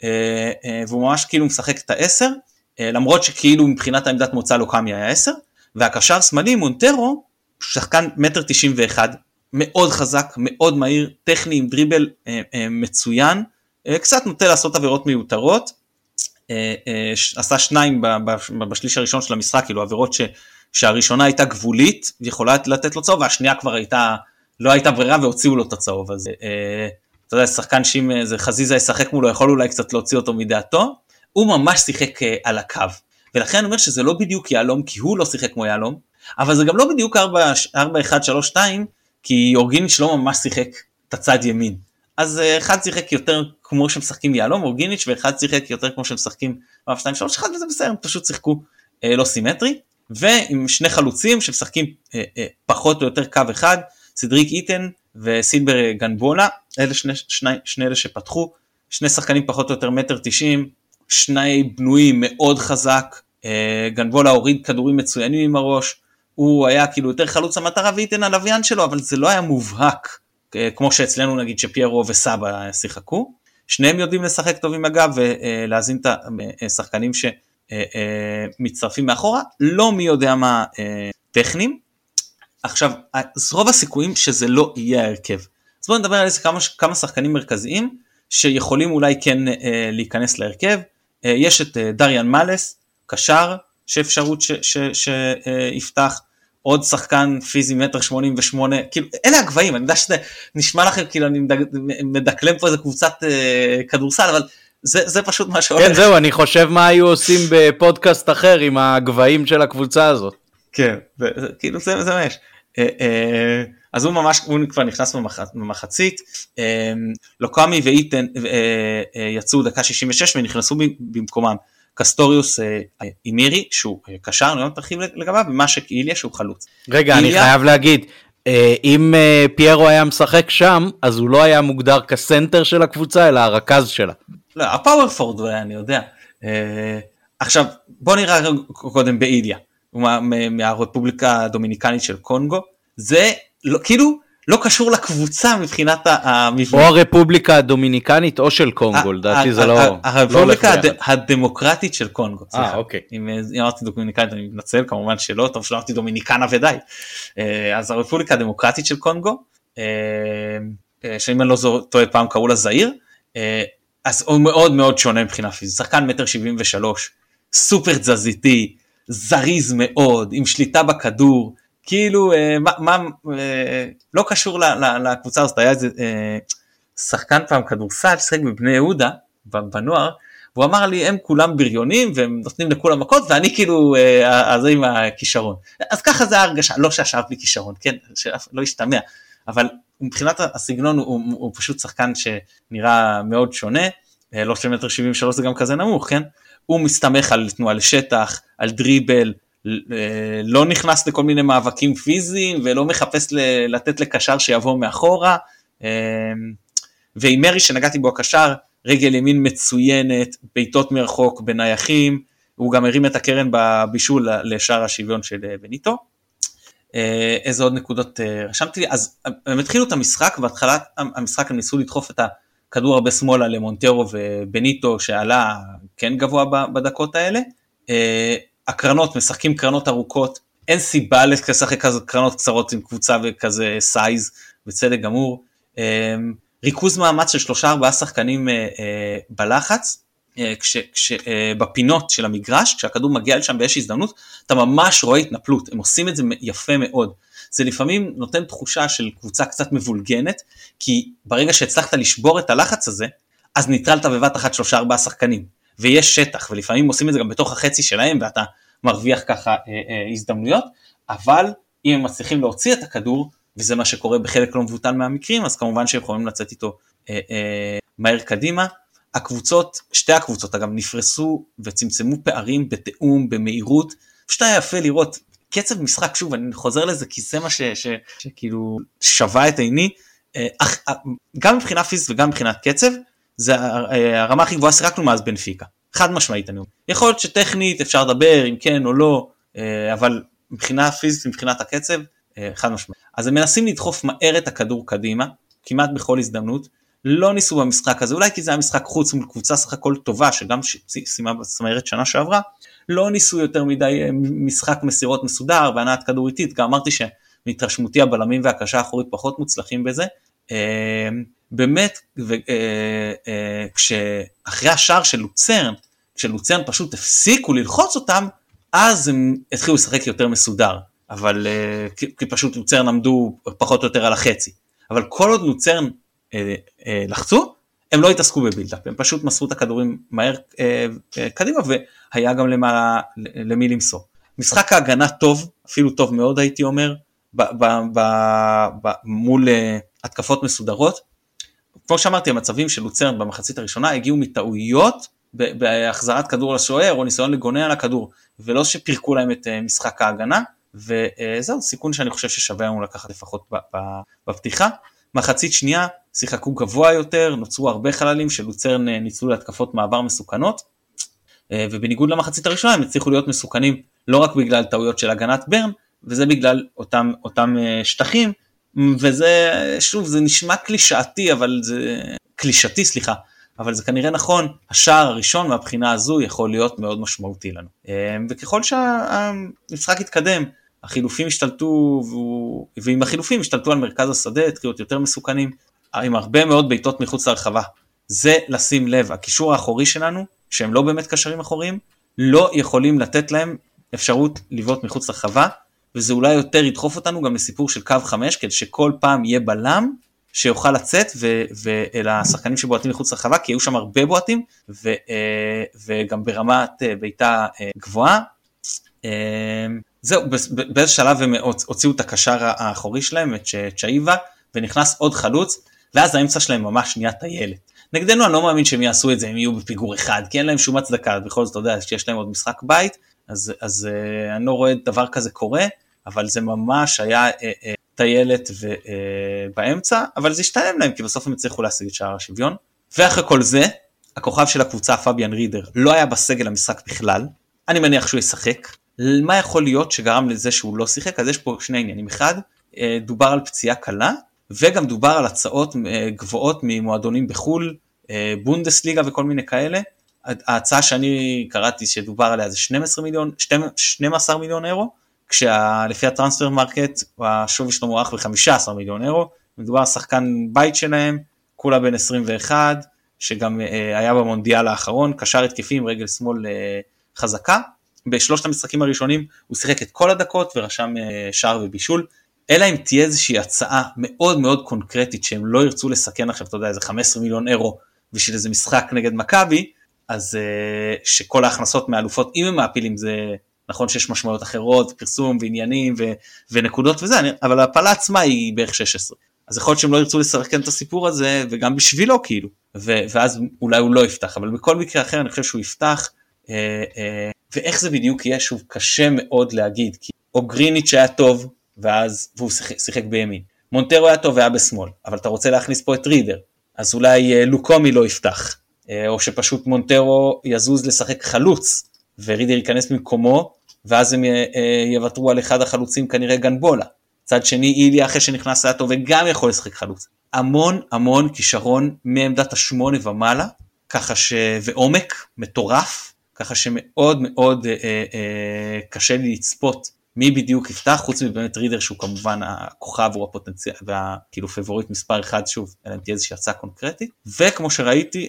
והוא ממש כאילו משחק את העשר, למרות שכאילו מבחינת העמדת מוצא לוקאמי היה עשר, והקשר שמאלי מונטרו, שחקן מטר תשעים ואחת, מאוד חזק, מאוד מהיר, טכני עם דריבל אה, אה, מצוין, אה, קצת נוטה לעשות עבירות מיותרות, אה, אה, עשה שניים ב, ב, בשליש הראשון של המשחק, כאילו עבירות ש, שהראשונה הייתה גבולית, ויכולה לתת לו צהוב, והשנייה כבר הייתה, לא הייתה ברירה, והוציאו לו את הצהוב, אז אה, אתה יודע, שחקן שאם איזה חזיזה ישחק מולו, יכול אולי קצת להוציא אותו מדעתו, הוא ממש שיחק אה, על הקו, ולכן אני אומר שזה לא בדיוק יעלום, כי הוא לא שיחק כמו יעלום, אבל זה גם לא בדיוק ארבע אחת שלוש שתיים, כי אורגניץ' לא ממש שיחק את הצד ימין. אז אחד שיחק יותר כמו שמשחקים יעלום, אורגניץ', ואחד שיחק יותר כמו שמשחקים ארבע שתיים שלוש אחת, וזה בסדר, פשוט שיחקו אה, לא סימטרי, ועם שני חלוצים שמשחקים אה, אה, פחות או יותר קו אחד, סדריק איטן וסילבר גנבולה, אלה שני, שני, שני אלה שפתחו, שני שחקנים פחות או יותר מטר תשעים, שני בנויים מאוד חזק, אה, גנבולה הוריד כדורים מצוינים עם הראש, הוא היה כאילו יותר חלוץ המטרה ואיתן הלוויין שלו, אבל זה לא היה מובהק, כמו שאצלנו נגיד שפיירו וסבא שיחקו, שניהם יודעים לשחק טוב עם הגב, ולהזין את השחקנים שמצטרפים מאחורה, לא מי יודע מה טכנים, עכשיו, רוב הסיכויים שזה לא יהיה ההרכב, אז בואו נדבר על איזה כמה, כמה שחקנים מרכזיים, שיכולים אולי כן להיכנס להרכב, יש את דריאן מלס, קשר, שאפשרות שיפתח, עוד שחקן פיזי מטר שמונים ושמונה, כאילו, אלה הגבהים, אני יודע שזה נשמע לכם, כאילו אני מדקלם פה איזה קבוצת כדורסל, אבל זה, זה פשוט מה שהולך. כן, זהו, אני חושב מה היו עושים בפודקאסט אחר, עם הגבהים של הקבוצה הזאת. כן, כאילו זה, זה מה יש. אז הוא ממש, הוא כבר נכנס במחצית, לוקאמי ואיתן יצאו דקה שישים ושש, ונכנסו במקומם, קסטוריוס אימירי, שהוא קשר, אני לא תרחיב לגביו, ומה שאיליה שהוא חלוץ. רגע, אני חייב להגיד, אם פיירו היה משחק שם, אז הוא לא היה מוגדר כסנטר של הקבוצה, אלא הרכז שלה. לא, הפאוורפורד הוא היה, אני יודע. עכשיו, בוא נראה קודם באיליה, מהרפובליקה הדומיניקנית של קונגו, זה כאילו לא קשור לקבוצה מבחינת המבנה. או הרפובליקה הדומיניקנית או של קונגו, לדעתי זה לא... הרפובליקה הדמוקרטית של קונגו. אה, אוקיי. אם אמרתי דומיניקנית אני מתנצל, כמובן שלא, טוב שלא אמרתי דומיניקנה ודי. אז הרפובליקה הדמוקרטית של קונגו, שאם אני לא טועה פעם קראו לה זעיר, אז הוא מאוד מאוד שונה מבחינה פיזית. שחקן מטר שבעים ושלוש, סופר תזזיתי, זריז מאוד, עם שליטה בכדור, כאילו, מה, מה, לא קשור לקבוצה הזאת, היה איזה שחקן פעם כדורסל, שחק בבני יהודה, בנוער, והוא אמר לי, הם כולם בריונים, והם נותנים לכולם מכות, ואני כאילו, זה עם הכישרון. אז ככה זה הרגשה, לא שהשאר בלי כישרון, כן, לא ישתמע, אבל מבחינת הסגנון, הוא, הוא פשוט שחקן שנראה מאוד שונה, לא של מטר שבעים ושלוש זה גם כזה נמוך, כן? הוא מסתמך על תנועה לשטח, על דריבל, לא נכנס לכל מיני מאבקים פיזיים, ולא מחפש לתת לקשר שיבוא מאחורה, ועם מרי שנגעתי בו הקשר, רגל ימין מצוינת, בעיטות מרחוק בנייחים, הוא גם הרים את הקרן בבישול לשער השוויון של בניטו. איזה עוד נקודות רשמתי לי, אז הם התחילו את המשחק, בהתחלת המשחק הם ניסו לדחוף את הכדור הרבה שמאלה למונטרו ובניטו, שעלה כן גבוה בדקות האלה, הקרנות, משחקים קרנות ארוכות, אין סיבה לשחק כזה קרנות קצרות עם קבוצה וכזה סייז, בצדק גמור, ריכוז מאמץ של שלושה ארבעה שחקנים בלחץ, כש, כש, בפינות של המגרש, כשהכדור מגיע לשם באיזושהי הזדמנות, אתה ממש רואה התנפלות, הם עושים את זה יפה מאוד, זה לפעמים נותן תחושה של קבוצה קצת מבולגנת, כי ברגע שהצלחת לשבור את הלחץ הזה, אז ניטרלת בבת אחת שלושה ארבעה שחקנים, ויש שטח, ולפעמים עושים את זה גם בתוך החצי שלהם, ואתה מרוויח ככה אה, אה, הזדמנויות, אבל אם הם מצליחים להוציא את הכדור, וזה מה שקורה בחלק לא מבוטל מהמקרים, אז כמובן שהם יכולים לצאת איתו אה, אה, מהר קדימה. הקבוצות, שתי הקבוצות אגב, נפרסו וצמצמו פערים בתאום, במהירות, פשוט היה יפה לראות, קצב משחק, שוב, אני חוזר לזה, כי זה מה ש, ש, שכאילו שווה את עיני, אה, אה, גם מבחינה פיזית וגם מבחינת קצב, זה הרמה הכי גבוהה שיחקנו מאז בנפיקה, חד משמעית אני אומר. יכול להיות שטכנית אפשר לדבר אם כן או לא, אבל מבחינה פיזית, מבחינת הקצב, חד משמעית. אז הם מנסים לדחוף מהר את הכדור קדימה, כמעט בכל הזדמנות, לא ניסו במשחק הזה, אולי כי זה היה משחק חוץ מול קבוצה סך הכל טובה, שגם סיימה בצמרת שנה שעברה, לא ניסו יותר מדי משחק מסירות מסודר, והנעת כדור איטית, גם אמרתי שמתרשמותי הבלמים והקשה האחורית פחות מוצלחים בזה, באמת, כשאחרי השער של לוצרן, כשלוצרן פשוט הפסיקו ללחוץ אותם, אז הם התחילו לשחק יותר מסודר, אבל כי פשוט לוצרן עמדו פחות או יותר על החצי, אבל כל עוד לוצרן לחצו, הם לא התעסקו בבילדאפ, הם פשוט מסרו את הכדורים מהר קדימה, והיה גם למי למסור. משחק ההגנה טוב, אפילו טוב מאוד הייתי אומר, מול התקפות מסודרות, כמו שאמרתי, המצבים של לוצרן במחצית הראשונה הגיעו מטעויות בהחזרת כדור לשוער או ניסיון לגונן על הכדור, ולא שפירקו להם את משחק ההגנה, וזהו סיכון שאני חושב ששווה לנו לקחת לפחות בפתיחה. מחצית שנייה שיחקו גבוה יותר, נוצרו הרבה חללים של לוצרן ניצלו להתקפות מעבר מסוכנות, ובניגוד למחצית הראשונה הם הצליחו להיות מסוכנים לא רק בגלל טעויות של הגנת ברן, וזה בגלל אותם, אותם שטחים, וזה, שוב, זה נשמע קלישאתי, אבל זה, קלישאתי, סליחה, אבל זה כנראה נכון, השער הראשון מהבחינה הזו יכול להיות מאוד משמעותי לנו. וככל שהמשחק יתקדם, החילופים השתלטו, ועם החילופים השתלטו על מרכז השדה, התחילו יותר מסוכנים, עם הרבה מאוד בעיטות מחוץ לרחבה. זה לשים לב, הקישור האחורי שלנו, שהם לא באמת קשרים אחוריים, לא יכולים לתת להם אפשרות לבעוט מחוץ לרחבה, וזה אולי יותר ידחוף אותנו גם לסיפור של קו חמש, כדי שכל פעם יהיה בלם שיוכל לצאת, ואל השחקנים שבועטים מחוץ לרחבה, כי היו שם הרבה בועטים, ו, וגם ברמת ביתה גבוהה. זהו, באיזה שלב הם הוציאו את הקשר האחורי שלהם, את צ'איבה, ונכנס עוד חלוץ, ואז האמצע שלהם ממש נהיה טיילת. נגדנו אני לא מאמין שהם יעשו את זה, הם יהיו בפיגור אחד, כי אין להם שום הצדקה, בכל זאת אתה יודע שיש להם עוד משחק בית, אז, אז uh, אני לא רואה דבר כזה קורה, אבל זה ממש היה uh, uh, טיילת ו, uh, באמצע, אבל זה השתלם להם, כי בסוף הם הצליחו להשיג את שער השוויון, ואחרי כל זה, הכוכב של הקבוצה, פאביאן רידר, לא היה בסגל המשחק בכלל, אני מניח שהוא ישחק, מה יכול להיות שגרם לזה שהוא לא שיחק, אז יש פה שני עניינים, אחד, uh, דובר על פציעה קלה, וגם דובר על הצעות גבוהות ממועדונים בחול, בונדסליגה וכל מיני כאלה. ההצעה שאני קראתי שדובר עליה זה שנים עשר מיליון, שנים עשר מיליון אירו, כשלפי הטרנספר מרקט השווי שלו מוערך ב-חמישה עשר מיליון אירו, מדובר על שחקן בית שלהם, כולה בין עשרים ואחת, שגם היה במונדיאל האחרון, קשר התקפי עם רגל שמאל חזקה, בשלושת המשחקים הראשונים הוא שיחק את כל הדקות ורשם שער ובישול, אלא אם תהיה איזושהי הצעה מאוד מאוד קונקרטית שהם לא ירצו לסכן עכשיו, אתה יודע, איזה חמישה עשר מיליון אירו בשביל איזה משחק נגד מכבי, אז שכל ההכנסות מאלופות, אם הם מעפילים זה נכון שיש משמעויות אחרות, פרסום ועניינים ו- ונקודות וזה, אבל ההפלה עצמה היא בערך שש עשרה. אז יכול להיות שהם לא ירצו לסרקן את הסיפור הזה, וגם בשבילו כאילו, ו- ואז אולי הוא לא יפתח, אבל בכל מקרה אחר אני חושב שהוא יפתח, אה, אה, ואיך זה בדיוק יהיה, שוב קשה מאוד להגיד, כי או גריניץ' היה טוב, ואז, והוא שיחק, שיחק בימין, מונטרו היה טוב והיה בשמאל, אבל אתה רוצה להכניס פה את רידר, אז אולי אה, לוקומי לא יפתח, אה, או שפשוט מונטרו יזוז לשחק חלוץ, ורידר ייכנס במקומו, ואז הם יוותרו על אחד החלוצים כנראה גנבולה. צד שני איליה אחרי שנכנס היה טוב וגם יכול לשחק חלוץ. המון המון כישרון מעמדת השמונה ומעלה, ככה ש... ועומק מטורף, ככה שמאוד מאוד אה, אה, קשה לי לצפות מי בדיוק יפתח, חוץ מבאמת רידר שהוא כמובן הכוכב הוא הפוטנציאל, והכאילו פייבוריט מספר אחד שוב, אלא אם תהיה איזושהי הצעה קונקרטית, וכמו שראיתי,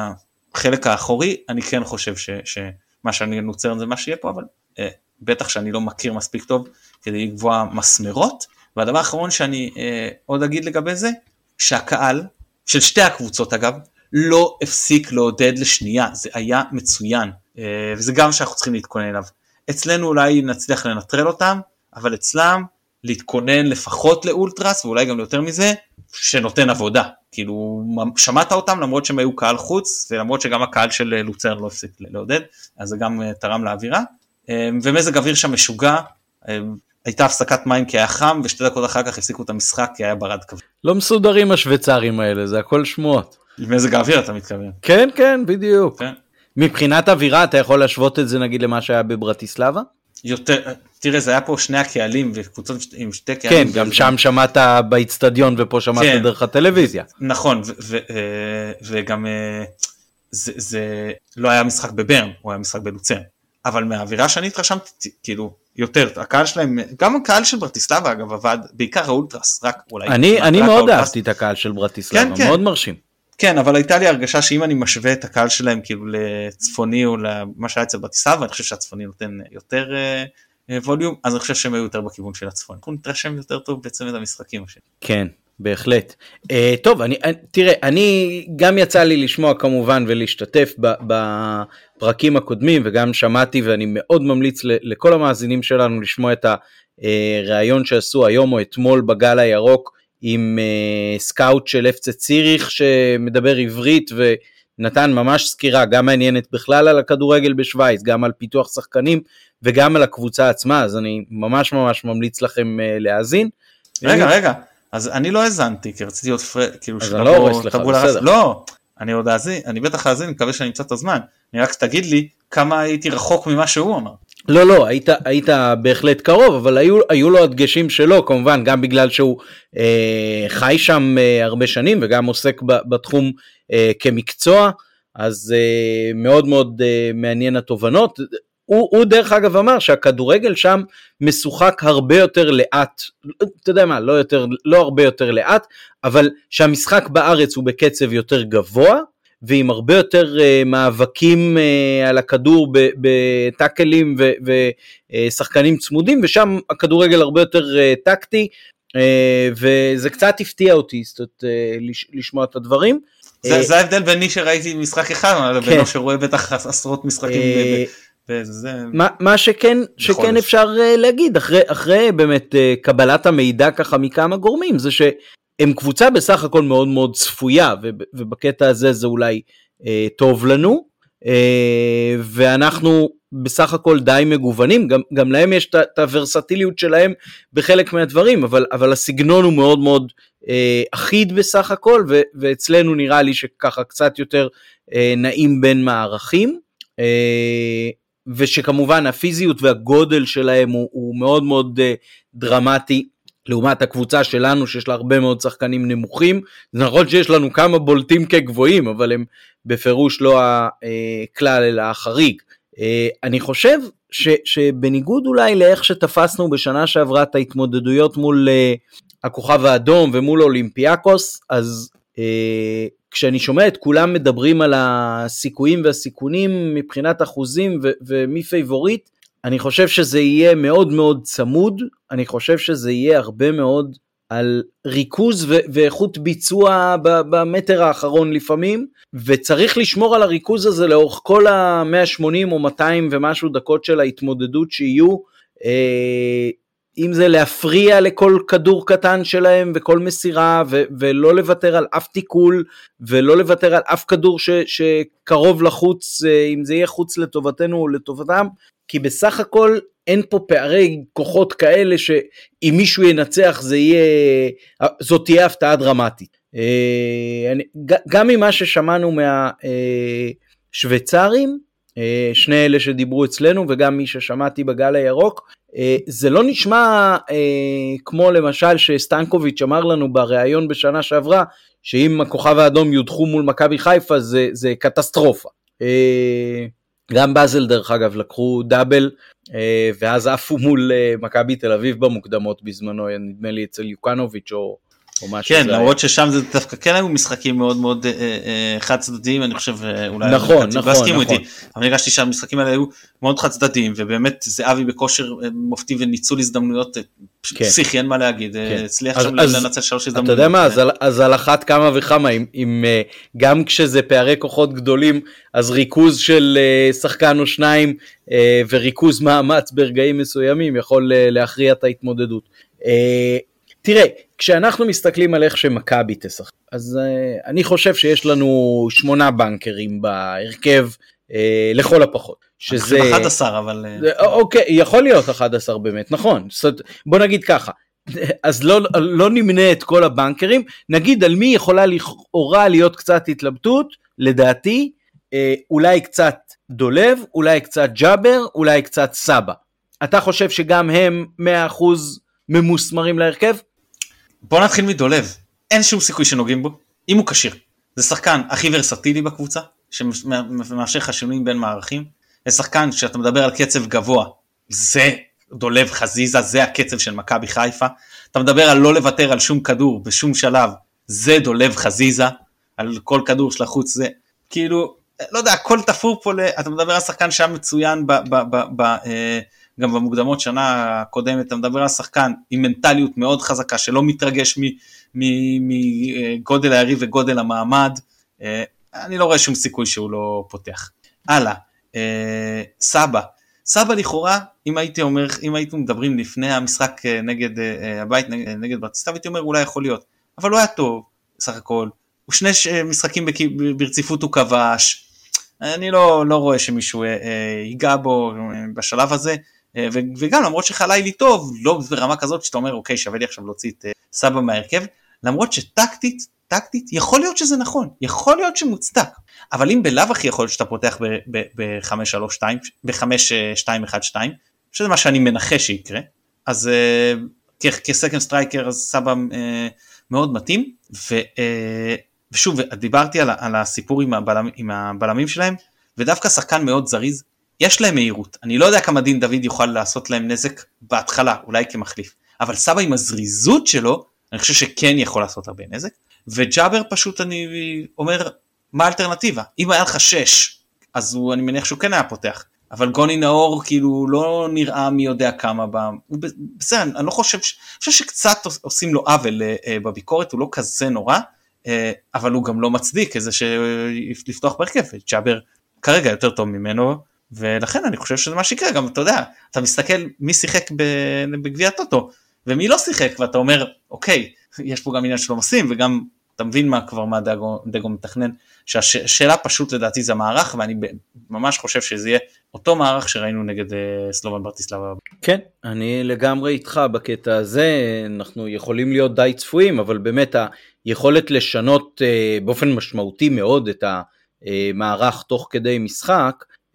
החלק האחורי, אני כן חושב ש... ש... מה שאני נוצר זה מה שיהיה פה, אבל אה, בטח שאני לא מכיר מספיק טוב כדי לקבוע מסמרות, והדבר האחרון שאני אה, עוד אגיד לגבי זה, שהקהל של שתי הקבוצות אגב, לא הפסיק לעודד לשנייה, זה היה מצוין, אה, וזה גם שאנחנו צריכים להתכונן אליו. אצלנו אולי נצליח לנטרל אותם, אבל אצלם להתכונן לפחות לאולטרס, ואולי גם יותר מזה, שנותן עבודה, כאילו שמעת אותם למרות שהם היו קהל חוץ, ולמרות שגם הקהל של לוצרן לא הפסיק לעודד, אז זה גם תרם לאווירה, ומזג אוויר שם משוגע, הייתה הפסקת מים כי היה חם, ושתי דקות אחר כך הפסיקו את המשחק כי היה ברד כבד. לא מסודרים השוויצרים האלה, זה הכל שמועות. מזג האוויר אתה מתכוון. כן, כן, בדיוק. כן. מבחינת אווירה, אתה יכול להשוות את זה נגיד למה שהיה בברטיסלבה? יותר, תראה, זה היה פה שני הקהלים וקבוצות עם שתי קהלים. כן, גם שם שמעת באצטדיון ופה שמעת דרך הטלוויזיה. נכון, וגם זה לא היה משחק בברן, הוא היה משחק בלוצרן. אבל מהאווירה שאני התרשמתי, כאילו, יותר, הקהל שלהם, גם הקהל של ברטיסלבה אגב עבד, בעיקר האולטרס, רק אולי. אני מאוד אהבתי את הקהל של ברטיסלבה, מאוד מרשים. כן, אבל הייתה לי הרגשה שאם אני משווה את הקהל שלהם כאילו לצפוני או למה שהיה אצל ברטיסלבה, אני חושב שהצפוני נותן יותר ווליום, אז אני חושב שהם היו יותר בכיוון של הצפוני. אנחנו נתרשם יותר טוב בעצם את המשחקים השני. כן, בהחלט. טוב, תראה, אני גם יצא לי לשמוע כמובן ולהשתתף בפרקים הקודמים, וגם שמעתי ואני מאוד ממליץ לכל המאזינים שלנו לשמוע את הרעיון שעשו היום או אתמול בגל הירוק, עם uh, סקאוט של אפצה ציריך שמדבר עברית ונתן ממש סקירה גם מעניינת בכלל על הכדורגל בשוויץ, גם על פיתוח שחקנים וגם על הקבוצה עצמה, אז אני ממש ממש ממליץ לכם uh, להאזין. רגע רגע, אז אני לא הזנתי כי רציתי להיות פרד, כאילו אז אני לא הורס לך, בסדר. לא, אני עוד אזין, אני בטח אזין, מקווה שאני אמצא את הזמן, אני רק תגיד לי כמה הייתי רחוק ממה שהוא אמר. לא, לא, היית, היית בהחלט קרוב, אבל היו, היו לו הדגשים שלו, כמובן, גם בגלל שהוא אה, חי שם אה, הרבה שנים, וגם עוסק ב, בתחום אה, כמקצוע, אז אה, מאוד מאוד אה, מעניין התובנות. הוא, הוא דרך אגב אמר שהכדורגל שם משוחק הרבה יותר לאט, אתה יודע מה, לא, יותר, לא הרבה יותר לאט, אבל שהמשחק בארץ הוא בקצב יותר גבוה, ועם הרבה יותר uh, מאבקים uh, על הכדור בטאקלים ושחקנים צמודים, ושם הכדורגל הרבה יותר uh, טקטי, uh, וזה קצת הפתיע אותי, זאת אומרת, uh, לש, לשמוע את הדברים. זה, uh, זה ההבדל ביני שראיתי משחק אחד, כן. בינו שרואה בטח עשרות משחקים. Uh, וזה... מה, מה שכן, שכן אפשר uh, להגיד, אחרי, אחרי באמת uh, קבלת המידע ככה מכמה גורמים, זה ש... הם קבוצה בסך הכל מאוד מאוד צפויה, ובקטע הזה זה אולי אה, טוב לנו, אה, ואנחנו בסך הכל די מגוונים, גם, גם להם יש את הוורסטיליות שלהם בחלק מהדברים, אבל, אבל הסגנון הוא מאוד מאוד אה, אחיד בסך הכל, ו, ואצלנו נראה לי שככה קצת יותר אה, נעים בין מערכים, אה, ושכמובן הפיזיות והגודל שלהם הוא, הוא מאוד מאוד אה, דרמטי, לעומת הקבוצה שלנו שיש לה הרבה מאוד שחקנים נמוכים, זה נכון שיש לנו כמה בולטים כגבוהים, אבל הם בפירוש לא הכלל אלא החריג. אני חושב ש, שבניגוד אולי לאיך שתפסנו בשנה שעברה את ההתמודדויות מול הכוכב האדום ומול אולימפיאקוס, אז כשאני שומע את כולם מדברים על הסיכויים והסיכונים מבחינת אחוזים ו, ומי פייבוריט, אני חושב שזה יהיה מאוד מאוד צמוד, אני חושב שזה יהיה הרבה מאוד על ריכוז ו- ואיכות ביצוע ב- במטר האחרון לפעמים, וצריך לשמור על הריכוז הזה לאורך כל ה-מאה ושמונים או מאתיים ומשהו דקות של ההתמודדות שיהיו, אה, אם זה להפריע לכל כדור קטן שלהם וכל מסירה, ו- ולא לוותר על אף תיקול, ולא לוותר על אף כדור ש- שקרוב לחוץ, אה, אם זה יהיה חוץ לטובתנו או לטובתם, כי בסך הכל אין פה פערי כוחות כאלה שאם מישהו ינצח זה יהיה, זאת תהיה הפתעה דרמטית. גם ממה ששמענו מהשוויצרים, שני אלה שדיברו אצלנו וגם מי ששמעתי בגל הירוק, זה לא נשמע כמו למשל שסטנקוביץ' אמר לנו בריאיון בשנה שעברה, שאם הכוכב האדום יודחו מול מכבי חיפה זה, זה קטסטרופה. גם באזל דרך אגב לקחו דאבל, ואז עפו מול מכבי תל אביב במוקדמות בזמנו, נדמה לי אצל יוקנוביץ' או, או משהו. כן, למרות ששם זה דווקא כן היו משחקים מאוד מאוד חד צדדיים, אני חושב אולי... נכון, נכון, נכון. איתי, אבל הרגשתי שהמשחקים האלה היו מאוד חד צדדיים, ובאמת זה אבי בכושר מופתי וניצול הזדמנויות, פסיכי, אין מה להגיד, הצליח עכשיו לנצל שלוש הזדמנויות. אתה יודע מה, אז על אחת כמה וכמה, גם כשזה פערי כוחות גדולים, אז ריכוז של שחקן או שניים, וריכוז מאמץ ברגעים מסוימים, יכול להכריע את ההתמודדות. תראה, כשאנחנו מסתכלים על איך שמכבי תשחק, אז uh, אני חושב שיש לנו שמונה בנקרים בהרכב, uh, לכל הפחות. שזה... אחד עשר, אבל... אוקיי, יכול להיות אחד עשר באמת, נכון. בוא נגיד ככה, אז לא, לא נמנה את כל הבנקרים, נגיד על מי יכולה לכאורה להיות קצת התלבטות, לדעתי, uh, אולי קצת דולב, אולי קצת ג'אבר, אולי קצת סבא. אתה חושב שגם הם מאה אחוז ממוסמרים להרכב? בוא נתחיל מדולב, אין שום סיכוי שנוגעים בו, אם הוא קשיר. זה שחקן הכי ורסטילי בקבוצה, שמאפשר לך שינויים בין מערכים, זה שחקן שאתה מדבר על קצב גבוה, זה דולב חזיזה, זה הקצב של מכבי חיפה, אתה מדבר על לא לוותר על שום כדור בשום שלב, זה דולב חזיזה, על כל כדור של החוץ, זה כאילו, לא יודע, הכל תפור פה, אתה מדבר על שחקן שם מצוין ב... ב, ב, ב אה, גם במוקדמות שנה הקודמת, אתה מדבר על שחקן עם מנטליות מאוד חזקה, שלא מתרגש מגודל היריב וגודל המעמד, אני לא רואה שום סיכוי שהוא לא פותח. הלאה, סבא, סבא לכאורה, אם הייתי אומר, אם הייתם מדברים לפני המשחק נגד הבית, נגד ברטיסלבה, הייתי אומר אולי יכול להיות, אבל הוא היה טוב, סך הכל, הוא שני משחקים ברציפות הוא כבש, אני לא, לא רואה שמישהו ייגע בו בשלב הזה, וגם למרות שחלה לי טוב, לא ברמה כזאת שאתה אומר, אוקיי, שווה לי עכשיו להוציא את סבא מהרכב, למרות שטקטית, טקטית, יכול להיות שזה נכון, יכול להיות שמוצדק, אבל אם בלאו הכי יכול להיות שאתה פותח ב-חמש שלוש שתיים, ב-חמש שתיים אחת שתיים, שזה מה שאני מנחש שיקרה, אז כסקנד סטרייקר, אז סבא מאוד מתאים, ושוב, דיברתי על הסיפור עם הבלמים שלהם, ודווקא שחקן מאוד זריז, יש להם מהירות, אני לא יודע כמה דין דוד יוכל לעשות להם נזק בהתחלה, אולי כמחליף, אבל סבא עם הזריזות שלו, אני חושב שכן יכול לעשות הרבה נזק, וג'אבר פשוט אני אומר, מה האלטרנטיבה? אם היה לך שש, אז הוא, אני מניח שהוא כן היה פותח, אבל גוני נאור כאילו לא נראה מי יודע כמה, בה, הוא בסדר, אני לא חושב, אני חושב שקצת עושים לו עוול בביקורת, הוא לא כזה נורא, אבל הוא גם לא מצדיק איזה שלפתוח בהרכב, ג'אבר כרגע יותר טוב ממנו, ולכן אני חושב שזה מה שיקרה, גם אתה יודע, אתה מסתכל מי שיחק בגביע הטוטו, ומי לא שיחק, ואתה אומר, אוקיי, יש פה גם עניין שלא עושים, וגם אתה מבין מה כבר מה דגו, דגו מתכנן, שהשאלה פשוט לדעתי זה מערך, ואני ממש חושב שזה יהיה אותו מערך שראינו נגד סלובן ברטיסלבה. כן, אני לגמרי איתך בקטע הזה, אנחנו יכולים להיות די צפויים, אבל באמת היכולת לשנות באופן משמעותי מאוד את המערך תוך כדי משחק,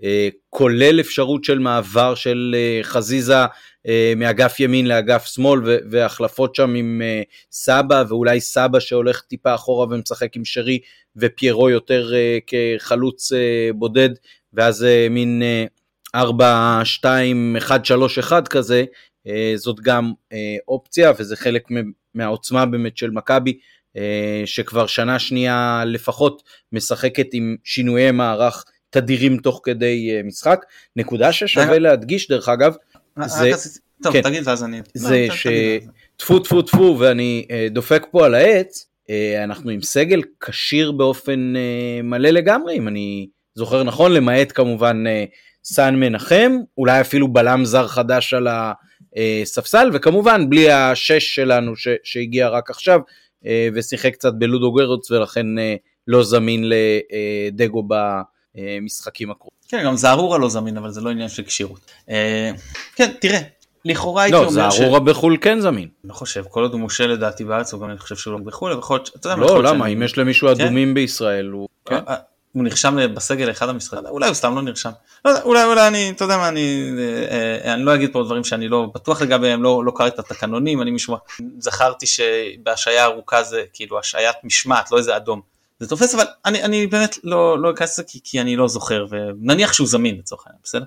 כולל אפשרות של מעבר של חזיזה מאגף ימין לאגף שמאל, והחלפות שם עם סבא, ואולי סבא שהולך טיפה אחורה ומשחק עם שרי, ופיירו יותר כחלוץ בודד, ואז מין ארבע, שתיים, אחת, שלוש, אחת כזה, זאת גם אופציה, וזה חלק מהעוצמה באמת של מכבי, שכבר שנה שנייה לפחות משחקת עם שינויי מערך תדירים תוך כדי משחק. נקודה ששווה להדגיש דרך אגב, זה, טוב, כן, תגיד ואז אני... זה שטפו טפו טפו ואני דופק פה על העץ, אנחנו עם סגל קשיר באופן מלא לגמרי, אם אני זוכר נכון, למעט כמובן סן מנחם, אולי אפילו בלם זר חדש על הספסל, וכמובן בלי השש שלנו ש, שהגיע רק עכשיו, ושיחק קצת בלודו גרוץ, ולכן לא זמין לדגו במשחקים הקרובים. כן, גם זערורה לא זמין, אבל זה לא עניין של קשירות. כן, תראה, לכאורה הייתי אומר ש... לא, זערורה בחול כן זמין. לא חושב, כל עוד הוא מושל לדעתי בארץ, הוא גם אני חושב שהוא לא בחול, לא, למה, אם יש למישהו אדומים בישראל, הוא... הוא נרשם בסגל לאחד המשחקים, אולי הוא סתם לא נרשם, לא, אולי, אולי אני, אתה יודע מה, אני, אני לא אגיד פה דברים שאני לא בטוח לגביהם, לא, לא קרא את התקנונים, אני משמע, זכרתי שבהשעיה ארוכה זה, כאילו, השעיית משמעת, לא איזה אדום, זה תופס, אבל אני, אני באמת לא, לא אכנס לזה, כי, כי אני לא זוכר, ונניח שהוא זמין לצורך העניין, בסדר?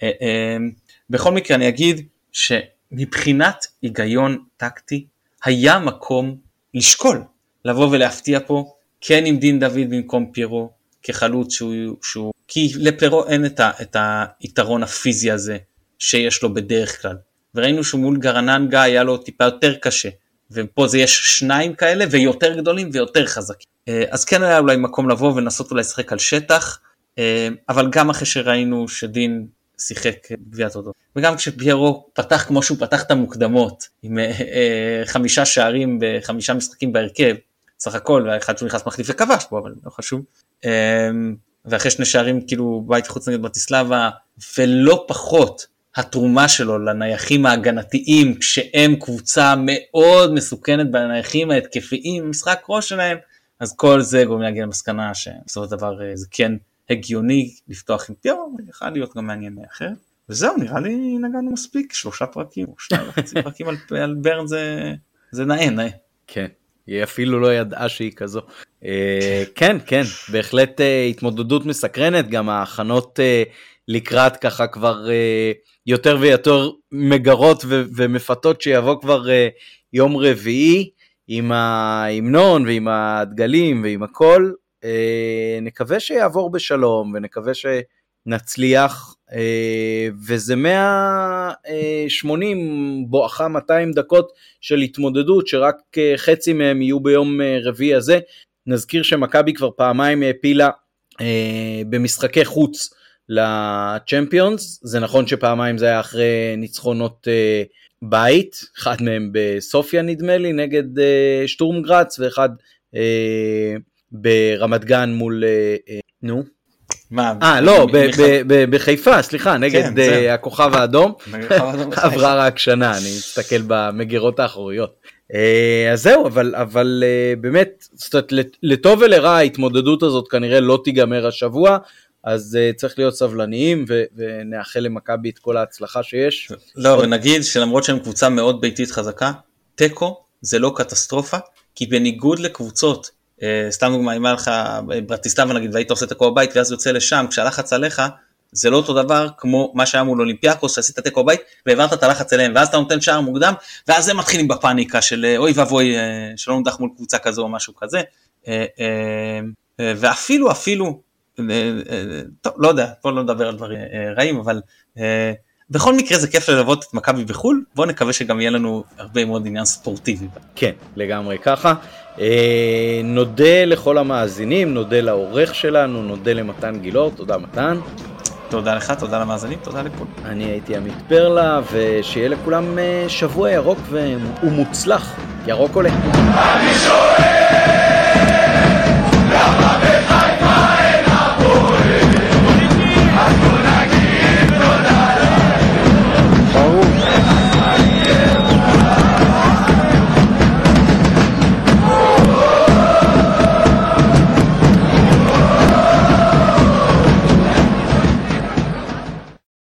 בכל מקרה, אני אגיד שמבחינת היגיון טקטי, היה מקום לשקול, לבוא ולהפתיע פה, כן עם דין דוד במקום פיירו, כחלוץ שהוא, שהוא, כי לפלרו אין את, ה, את היתרון הפיזי הזה שיש לו בדרך כלל, וראינו שמול גרננגה היה לו טיפה יותר קשה, ופה זה יש שניים כאלה ויותר גדולים ויותר חזקים, אז כן היה אולי מקום לבוא ונסות אולי לשחק על שטח, אבל גם אחרי שראינו שדין שיחק גביעת אותו, וגם כשפיירו פתח כמו שהוא פתח את המוקדמות, עם חמישה שערים בחמישה משחקים בהרכב, סך הכל, והאחד שהוא נכנס מחליף וכבש פה, אבל לא חשוב, ואחרי שני שערים כאילו בית חוץ נגד ברטיסלבה, ולא פחות התרומה שלו לנייחים ההגנתיים, כשהם קבוצה מאוד מסוכנת בנייחים ההתקפיים, משחק ראש שלהם, אז כל זה גורם להגיע למסקנה שבסוף הדבר זה כן הגיוני לפתוח עם פיירו, יכול להיות גם מעניין מאחר, וזהו, נראה לי נגענו מספיק, שלושה פרקים, או שניים וחצי פרקים על, על ברן, זה, זה נאה, נאה. כן. היא אפילו לא ידעה שהיא כזו. כן, כן, בהחלט התמודדות מסקרנת, גם ההכנות לקראת ככה כבר יותר ויותר מגרות ומפתות שיבוא כבר יום רביעי, עם ההמנון ועם הדגלים ועם הכל, נקווה שיעבור בשלום ונקווה שנצליח, וזה מאה שמונים בואכה מאתיים דקות של התמודדות, שרק חצי מהם יהיו ביום רביעי הזה. נזכיר שמכבי כבר פעמיים העפילה במשחקי חוץ לצ'מפיונס, זה נכון שפעמיים זה היה אחרי ניצחונות בית, אחד מהם בסופיה נדמה לי, נגד שטורם גרץ, ואחד ברמת גן מול, נו, אה, לא, בחיפה, סליחה, נגד הכוכב האדום, עברה רק שנה, אני אסתכל במגירות האחוריות. אז זהו, אבל באמת, לטוב ולרע ההתמודדות הזאת כנראה לא תיגמר השבוע, אז צריך להיות סבלניים ונאחל למכבי את כל ההצלחה שיש. לא, ונגיד שלמרות שהם קבוצה מאוד ביתית חזקה, טקו זה לא קטסטרופה, כי בניגוד לקבוצות, סתם דוגמה, אם היה לך ברטיסלבה נגיד, והיית עושה תקו הבית ואז יוצא לשם, כשהלחץ עליך, זה לא אותו דבר כמו מה שהיה מול אולימפיאקוס, שעשית תקו הבית והעברת את הלחץ אליהם, ואז אתה נותן שער מוקדם, ואז הם מתחילים בפאניקה של אוי ואבוי, שלא נודח מול קבוצה כזו או משהו כזה, ואפילו, אפילו, טוב, לא יודע, פה לא נדבר על דברים רעים, אבל בכל מקרה זה כיף ללוות את מכבי בחול, בואו נקווה שגם יהיה לנו הרבה מאוד עניין ספורטיבי. כן, לגמרי ככה. נודה לכל המאזינים, נודה לעורך שלנו, נודה למתן גילור, תודה מתן. תודה לך, תודה למאזינים, תודה לכול. אני הייתי עמית פרלה, ושיהיה לכולם שבוע ירוק ומוצלח, ירוק עולה.